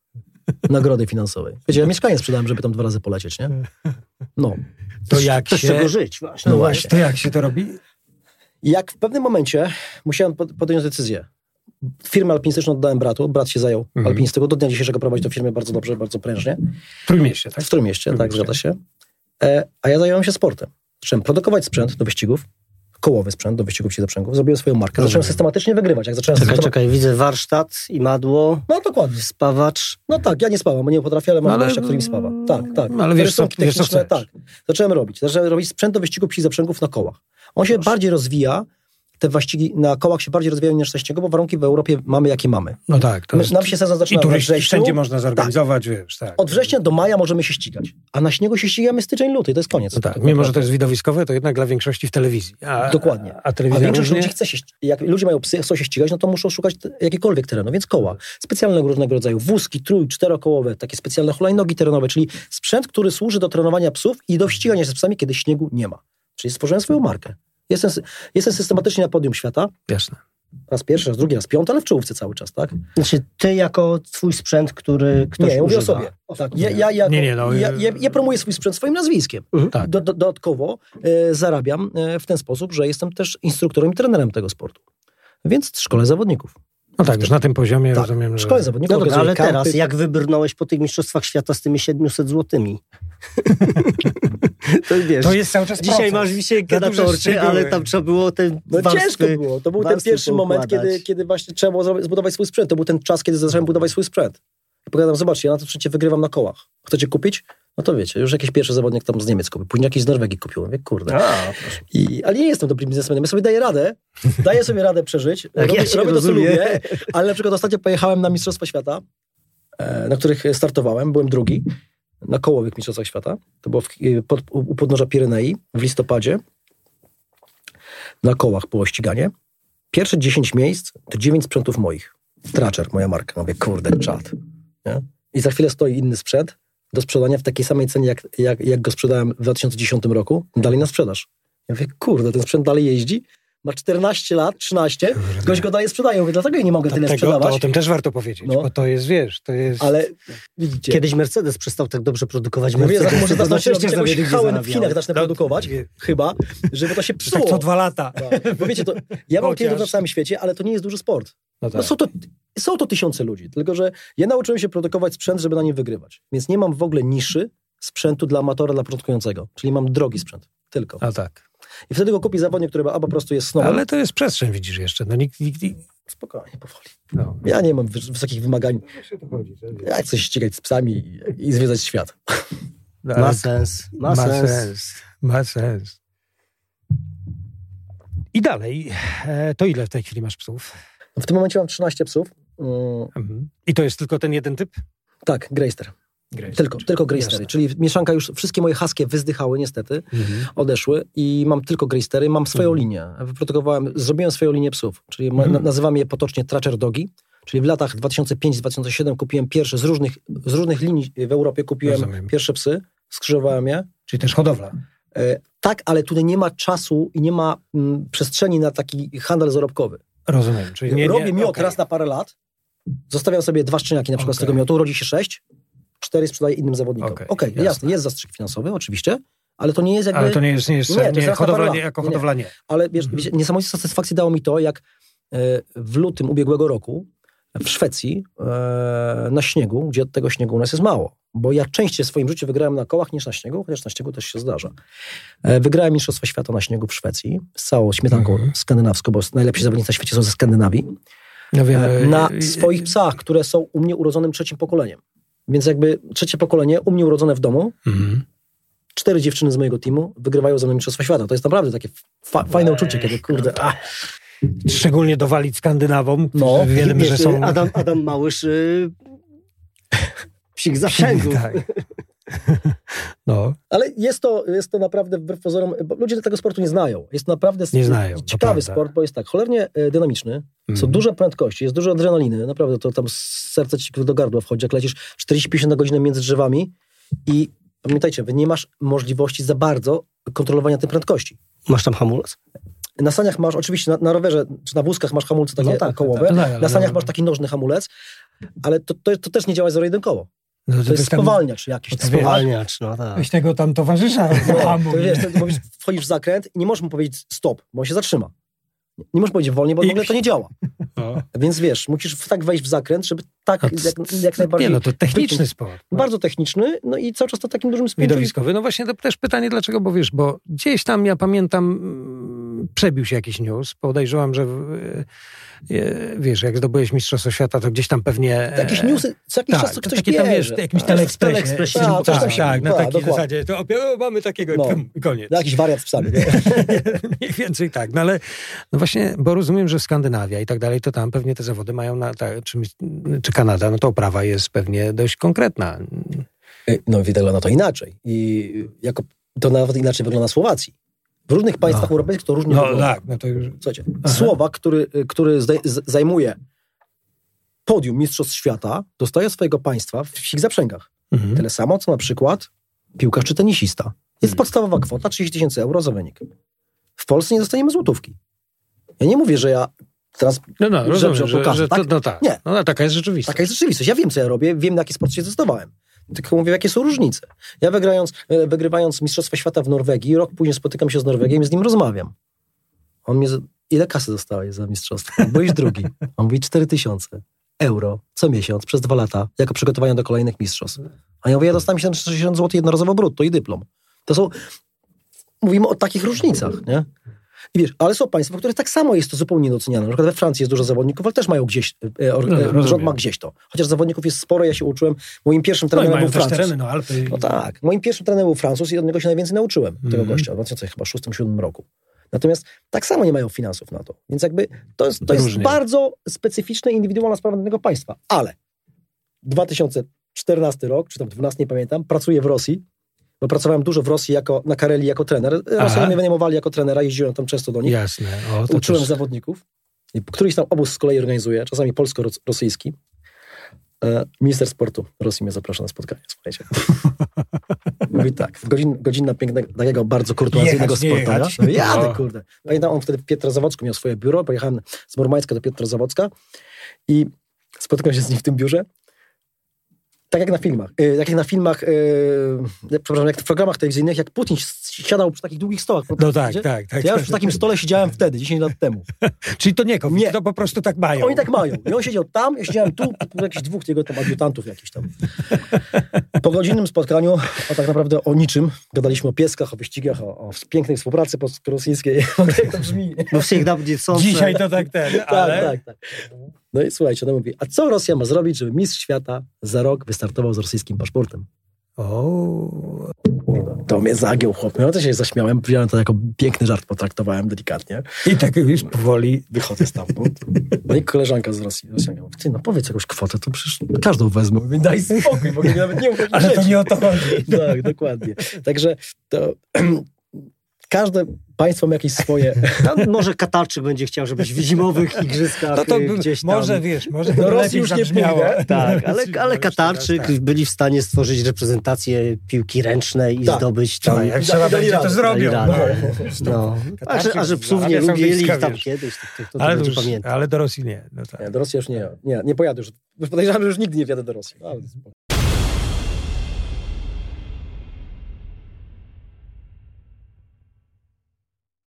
nagrody finansowej. Wiecie, ja mieszkanie sprzedałem, żeby tam dwa razy polecieć, nie? No.
To jak
To z
się...
czego żyć właśnie.
No właśnie.
To jak się to robi?
I jak w pewnym momencie musiałem podjąć decyzję. Firmę alpinistyczną oddałem bratu, brat się zajął mhm. alpinistyką. Do dnia dzisiejszego prowadzi tę firmę bardzo dobrze, bardzo prężnie.
W Trójmieście, tak?
W Trójmieście, tak, zgadza się. E, a ja zająłem się sportem. Zacząłem produkować sprzęt do wyścigów, kołowy sprzęt do wyścigów i zaprzęgów. Zrobiłem swoją markę. Zacząłem systematycznie wygrywać. Jak zacząłem
Czekaj,
system...
czekaj, widzę warsztat i madło.
No dokładnie.
Spawacz.
No tak, ja nie spałam, bo nie potrafię, ale mam
ale...
gościa, który mi spawa. Tak, tak.
No, ale wiesz co, wiesz co chcesz.
Tak. Zacząłem robić. Zacząłem robić sprzęt do wyścigów psi zaprzęgów na kołach. On się Proszę. bardziej rozwija, te wyścigi na kołach się bardziej rozwijają niż na śniegu, bo warunki w Europie mamy jakie mamy.
No tak. To
My,
jest...
Nam się sezon zaczyna
I turyści
wrześniu.
wszędzie można zorganizować, tak. wiesz, tak.
Od września do maja możemy się ścigać, a na śniegu się ścigamy styczeń, luty, to jest koniec.
No tak, tak mimo, że to jest widowiskowe, to jednak dla większości w telewizji. A,
Dokładnie.
A, a telewizja
a większość
różnie...
ludzi chce się, jak ludzie mają psy, chcą się ścigać, no to muszą szukać jakiegokolwiek terenu, więc koła. Specjalnego różnego rodzaju wózki, trój, czterokołowe, takie specjalne hulajnogi terenowe, czyli sprzęt, który służy do trenowania psów i do ścigania się z psami, kiedy śniegu nie ma. Czyli stworzyłem swoją markę. Jestem, jestem systematycznie na podium świata.
Jasne.
Raz pierwszy, raz drugi, raz piąty, ale w czołówce cały czas, tak?
Znaczy ty jako twój sprzęt, który ktoś
Nie, ja mówię
używa.
o sobie. O, tak. ja, ja, ja,
nie, nie, no,
ja, ja, ja promuję swój sprzęt swoim nazwiskiem.
Mhm. Tak.
Do, do, dodatkowo e, zarabiam e, w ten sposób, że jestem też instruktorem i trenerem tego sportu. Więc szkolę zawodników.
No tak, już na tym poziomie
tak,
rozumiem, że...
Szkolę zawodników.
No dobra, ale
kampy.
teraz, jak wybrnąłeś po tych mistrzostwach świata z tymi siedmiuset złotymi? to wiesz,
to jest cały czas
dzisiaj
proces.
masz wisienkę na torcie, ale tam trzeba było ten
No
warstwy,
ciężko było. To był ten pierwszy moment, kiedy, kiedy właśnie trzeba było zbudować swój sprzęt. To był ten czas, kiedy zacząłem budować swój sprzęt. I pogadam, zobaczcie, ja na to sprzęcie wygrywam na kołach. Chcecie kupić? No to wiecie, już jakiś pierwszy zawodnik tam z Niemiec kupił. Później jakiś z Norwegii kupił. Wie, kurde.
A,
I, ale nie jestem dobrym biznesmenem. Ja sobie daję radę. Daję sobie radę przeżyć.
Tak,
robię
ja się
robię to, co
rozumiem.
lubię. Ale na przykład ostatnio pojechałem na Mistrzostwa Świata, e, na których startowałem. Byłem drugi na kołowych Mistrzostwach Świata. To było w, pod, u podnóża Pirenei w listopadzie. Na kołach było ściganie. Pierwsze dziesięć miejsc to dziewięć sprzętów moich. Tracker, moja marka. Mówię, kurde, czad. Nie? I za chwilę stoi inny sprzęt do sprzedania w takiej samej cenie, jak, jak, jak go sprzedałem w dwa tysiące dziesiątym roku. Dalej na sprzedaż. Ja mówię, kurde, ten sprzęt dalej jeździ. Ma czternaście lat, trzynaście. Gość go dalej sprzedaje. Mówię, dlatego ja nie mogę tyle
tego,
sprzedawać.
To o tym też warto powiedzieć,
No.
bo to jest, wiesz, to jest...
Ale widzicie.
Kiedyś Mercedes przestał tak dobrze produkować.
Mówię,
Mercedes,
może
to
zacznę
wcześniej
robić jakąś
zawiedli
hałę w
zarabiał.
Chinach, zacznę
No,
produkować,
wie-
chyba, żeby to się psuło.
tak co dwa lata.
Tak. Bo wiecie, to, ja mam
Chociaż-
klientów na całym świecie, ale to nie jest duży sport.
No tak.
No są, to, są to tysiące ludzi, tylko że ja nauczyłem się produkować sprzęt, żeby na nim wygrywać. Więc nie mam w ogóle niszy sprzętu dla amatora, dla początkującego. Czyli mam drogi sprzęt. Tylko.
A tak.
I wtedy go kupi zawodnik, który albo po prostu jest snowem.
Ale to jest przestrzeń, widzisz jeszcze. No nikt... nikt, nikt
Spokojnie, powoli.
no.
Ja nie mam wys- wysokich wymagań. Ja chcę się ścigać z psami i, i zwiedzać świat.
No,
Ma
ale-
sens, ma,
Ma
sens.
sens. Ma sens. I dalej, e, to ile w tej chwili masz psów?
W tym momencie mam trzynaście psów. Mm,
Mhm. I to jest tylko ten jeden typ?
tak, Greyster.
Greyster.
Tylko, tylko Greystery.
Jasne.
Czyli mieszanka już, wszystkie moje huskie wyzdychały niestety,
Mhm.
odeszły i mam tylko Greystery. Mam swoją
Mhm.
linię. Wyprodukowałem, zrobiłem swoją linię psów. Czyli mo-
Mhm.
na, nazywam je potocznie Tracker Dogi. Czyli w latach dwa tysiące piąty do dwa tysiące siódmego kupiłem pierwsze z różnych, z różnych linii w Europie kupiłem
Rozumiem.
pierwsze psy. Skrzyżowałem je.
Czyli też hodowla.
E, tak, ale tutaj nie ma czasu i nie ma mm, przestrzeni na taki handel zarobkowy.
Rozumiem. Czyli nie,
Robię
nie,
miot
okej.
raz na parę lat. Zostawiam sobie dwa szczeniaki na przykład z
Okej.
tego miotu. Rodzi się sześć. Cztery sprzedaję innym zawodnikom.
Okej,
Okej,
jasne.
jasne. Jest zastrzyk finansowy oczywiście, ale to nie jest jakby...
Ale to nie jest, nie jest,
Nie, to
nie,
jest raz na
hodowla,
parę
nie,
lat.
jako
Nie, nie.
hodowla nie.
Ale wiesz,
Mhm.
wiecie, niesamowitą satysfakcję dało mi to, jak e, w lutym ubiegłego roku w Szwecji e, na śniegu, gdzie tego śniegu u nas jest mało, bo ja częściej w swoim życiu wygrałem na kołach niż na śniegu, chociaż na śniegu też się zdarza. E, wygrałem Mistrzostwa Świata na śniegu w Szwecji z całą śmietanką
Mhm.
skandynawską, bo najlepsi zawodnicy na świecie są ze Skandynawii.
No wiem,
E, na
e,
swoich psach, które są u mnie urodzonym trzecim pokoleniem. Więc jakby trzecie pokolenie u mnie urodzone w domu,
Mhm.
cztery dziewczyny z mojego teamu wygrywają ze mną Mistrzostwa Świata. To jest naprawdę takie fa- fajne uczucie, kiedy kurde... A,
Szczególnie dowalić Skandynawom,
No,
którzy wiemy,
Wiesz,
że są...
Adam, Adam Małysz, y... psik zaprzęgów.
Tak. No,
ale jest to, jest to naprawdę wbrew pozorom, bo ludzie tego sportu nie znają. Jest to naprawdę
Nie znają, to
ciekawy
prawda.
sport, bo jest tak, cholernie e, dynamiczny, są
Mhm.
duże prędkości, jest dużo adrenaliny, naprawdę to tam serce ci do gardła wchodzi, jak lecisz czterdzieści pięćdziesiąt na godzinę między drzewami i pamiętajcie, wy nie masz możliwości za bardzo kontrolowania tej prędkości.
Masz tam hamulec?
Na saniach masz, oczywiście na, na rowerze czy na wózkach masz hamulce takie
No tak,
kołowe,
tak, tak, ale
na saniach
no-
masz taki nożny hamulec, ale to, to, to też nie działa zero-jeden koło.
No,
to jest
tam,
spowalniacz jakiś.
to wiesz,
Spowalniacz, no tak.
weź tego tam towarzysza.
No, to wiesz, to mówisz, wchodzisz w zakręt i nie możesz mu powiedzieć stop, bo on się zatrzyma. Nie możesz powiedzieć wolniej, bo w ogóle to nie działa.
No.
Więc wiesz, musisz tak wejść w zakręt, żeby tak
No,
jak, jak najbardziej...
Nie, no to techniczny
wyciąć.
sport.
Bardzo techniczny, no i cały czas na takim dużym spięciu.
Widowiskowy. No właśnie to też pytanie, dlaczego, bo wiesz, bo gdzieś tam, ja pamiętam, mm, przebił się jakiś news, podejrzewam, że e, e, wiesz, jak zdobyłeś Mistrzostwo Świata, to gdzieś tam pewnie... E,
Jakieś newsy, co jakiś
tak,
czas to ktoś
takie tam, wiesz,
bierze.
jakimś
A,
teleekspresie.
teleekspresie,
Tak,
tak,
tak,
coś tam
tak,
się-
na
tak,
takiej
dokładnie.
zasadzie. To, o, mamy takiego,
No.
pum, koniec.
No, jakiś wariat w psami.
Mniej więcej tak. No ale no właśnie, bo rozumiem, że Skandynawia i tak dalej, to tam pewnie te zawody mają, na, ta, czy, czy Kanada, no to oprawa jest pewnie dość konkretna.
No wygląda to inaczej. I jako, to nawet inaczej wygląda na Słowacji. W różnych państwach
No.
europejskich to różnie
No
wygląda.
tak, no to już...
Słuchajcie,
Aha.
Słowak, który, który zdaj- z- zajmuje podium Mistrzostw Świata, dostaje swojego państwa w wsich zaprzęgach.
Mhm.
Tyle samo, co na przykład piłkarz czy tenisista. Jest podstawowa kwota, trzydzieści tysięcy euro za wynik. W Polsce nie dostaniemy złotówki. Ja nie mówię, że ja teraz...
No, no, rozumiem,
że
że,
pokażę,
że to,
tak?
no tak.
Nie.
No taka jest rzeczywistość.
Taka jest rzeczywistość. Ja wiem, co ja robię, wiem, na jaki sport się zdecydowałem. Tylko mówię, jakie są różnice. Ja wygrając, e, wygrywając Mistrzostwa Świata w Norwegii, rok później spotykam się z Norwegiem i z nim rozmawiam. On mnie... z- Ile kasy dostałeś za mistrzostwo? Byłeś drugi. On mówi cztery tysiące euro co miesiąc przez dwa lata jako przygotowania do kolejnych mistrzostw. A ja mówię, ja dostałem siedemset sześćdziesiąt złotych jednorazowo brutto i dyplom. To są... Mówimy o takich różnicach, nie? I wiesz, ale są państwa, w których tak samo jest to zupełnie niedoceniane. Na przykład we Francji jest dużo zawodników, ale też mają gdzieś, e, or,
No,
e,
rozumiem.
rząd ma gdzieś to. Chociaż zawodników jest sporo, ja się uczyłem. Moim pierwszym
No i
trenerem
mają
był
też
Francuz.
tereny, no Alpy.
No tak. Moim pierwszym trenerem był Francuz i od niego się najwięcej nauczyłem, tego
Mhm.
gościa, w dwa tysiące szóstym siódmym roku. Natomiast tak samo nie mają finansów na to. Więc jakby to jest, to jest
Różnie.
bardzo specyficzna, indywidualna sprawa danego państwa. Ale dwa tysiące czternasty rok, czy tam dwunasty, nie pamiętam, pracuję w Rosji, bo pracowałem dużo w Rosji jako, na Karelii jako trener. Rosjanie mnie wynajmowali jako trenera, jeździłem tam często do nich.
Jasne. O, to
Uczyłem
też...
zawodników. I któryś tam obóz z kolei organizuje, czasami polsko-rosyjski. E, Minister sportu Rosji mnie zaprasza na spotkanie, słuchajcie. Mówi tak, w godzin, godzinna pięknego, takiego bardzo kurtuazyjnego
Jechać, nie
sportera.
jechać.
Mówię, jadę,
No.
kurde. Pamiętam, on wtedy w Pietrozawodzku miał swoje biuro, pojechałem z Murmańska do Pietrozawodzka i spotykam się z nim w tym biurze. Tak jak na filmach. E, jak na filmach, e, przepraszam, jak w programach telewizyjnych, jak Putin siadał przy takich długich stołach.
No tak,
wiecie?
tak, tak.
Ja już przy takim stole siedziałem wtedy, dziesięć lat temu.
Czyli to nie COVID,
Nie.
to po prostu tak mają.
Oni tak mają. I on siedział tam, ja siedziałem tu, jakichś dwóch jego tam adiutantów jakichś tam. Po godzinnym spotkaniu, a tak naprawdę o niczym, gadaliśmy o pieskach, o wyścigach, o, o pięknej współpracy polsko-rosyjskiej. Jak to brzmi?
Bo всегда będzie sąd.
Dzisiaj to tak ten, ale...
Tak, tak, tak. No i słuchajcie, ona mówi, a co Rosja ma zrobić, żeby mistrz świata za rok wystartował z rosyjskim paszportem?
O,
To mnie zagiął chłop. Ja też się zaśmiałem, wziąłem to jako piękny żart, potraktowałem delikatnie.
i tak już powoli...
Wychodzę stamtąd. No i koleżanka z Rosji, Rosjanka mówi, ty no powiedz jakąś kwotę, to przecież każdą wezmę. Mówię, daj spokój, bo nawet nie uchodzi
Ale to nie o to chodzi.
Tak, dokładnie. Także to każde państwo ma jakieś swoje...
Tam może Katarczyk będzie chciał, żebyś w zimowych igrzyskach
No to
y,
by,
gdzieś tam...
może, wiesz, może to
Do Rosji
lepiej
już nie
zabrzmiało.
pójdę.
Tak, ale, ale Katarczyk
Tak.
byli w stanie stworzyć reprezentację piłki ręcznej i
Tak.
zdobyć
No,
tam...
jak
I
trzeba
dali
będzie, to
radę.
zrobią.
Dali
No.
radę. No. A, że, a że psów nie
Arabia
lubili
Saudyjska,
tam
wiesz.
kiedyś, to, to, to, to
Ale,
będzie
już,
pamiętać.
ale do Rosji nie. No tak.
Nie, do Rosji już nie, nie, nie pojadę już. Już podejrzewam, że już nigdy nie wjadę do Rosji. Ale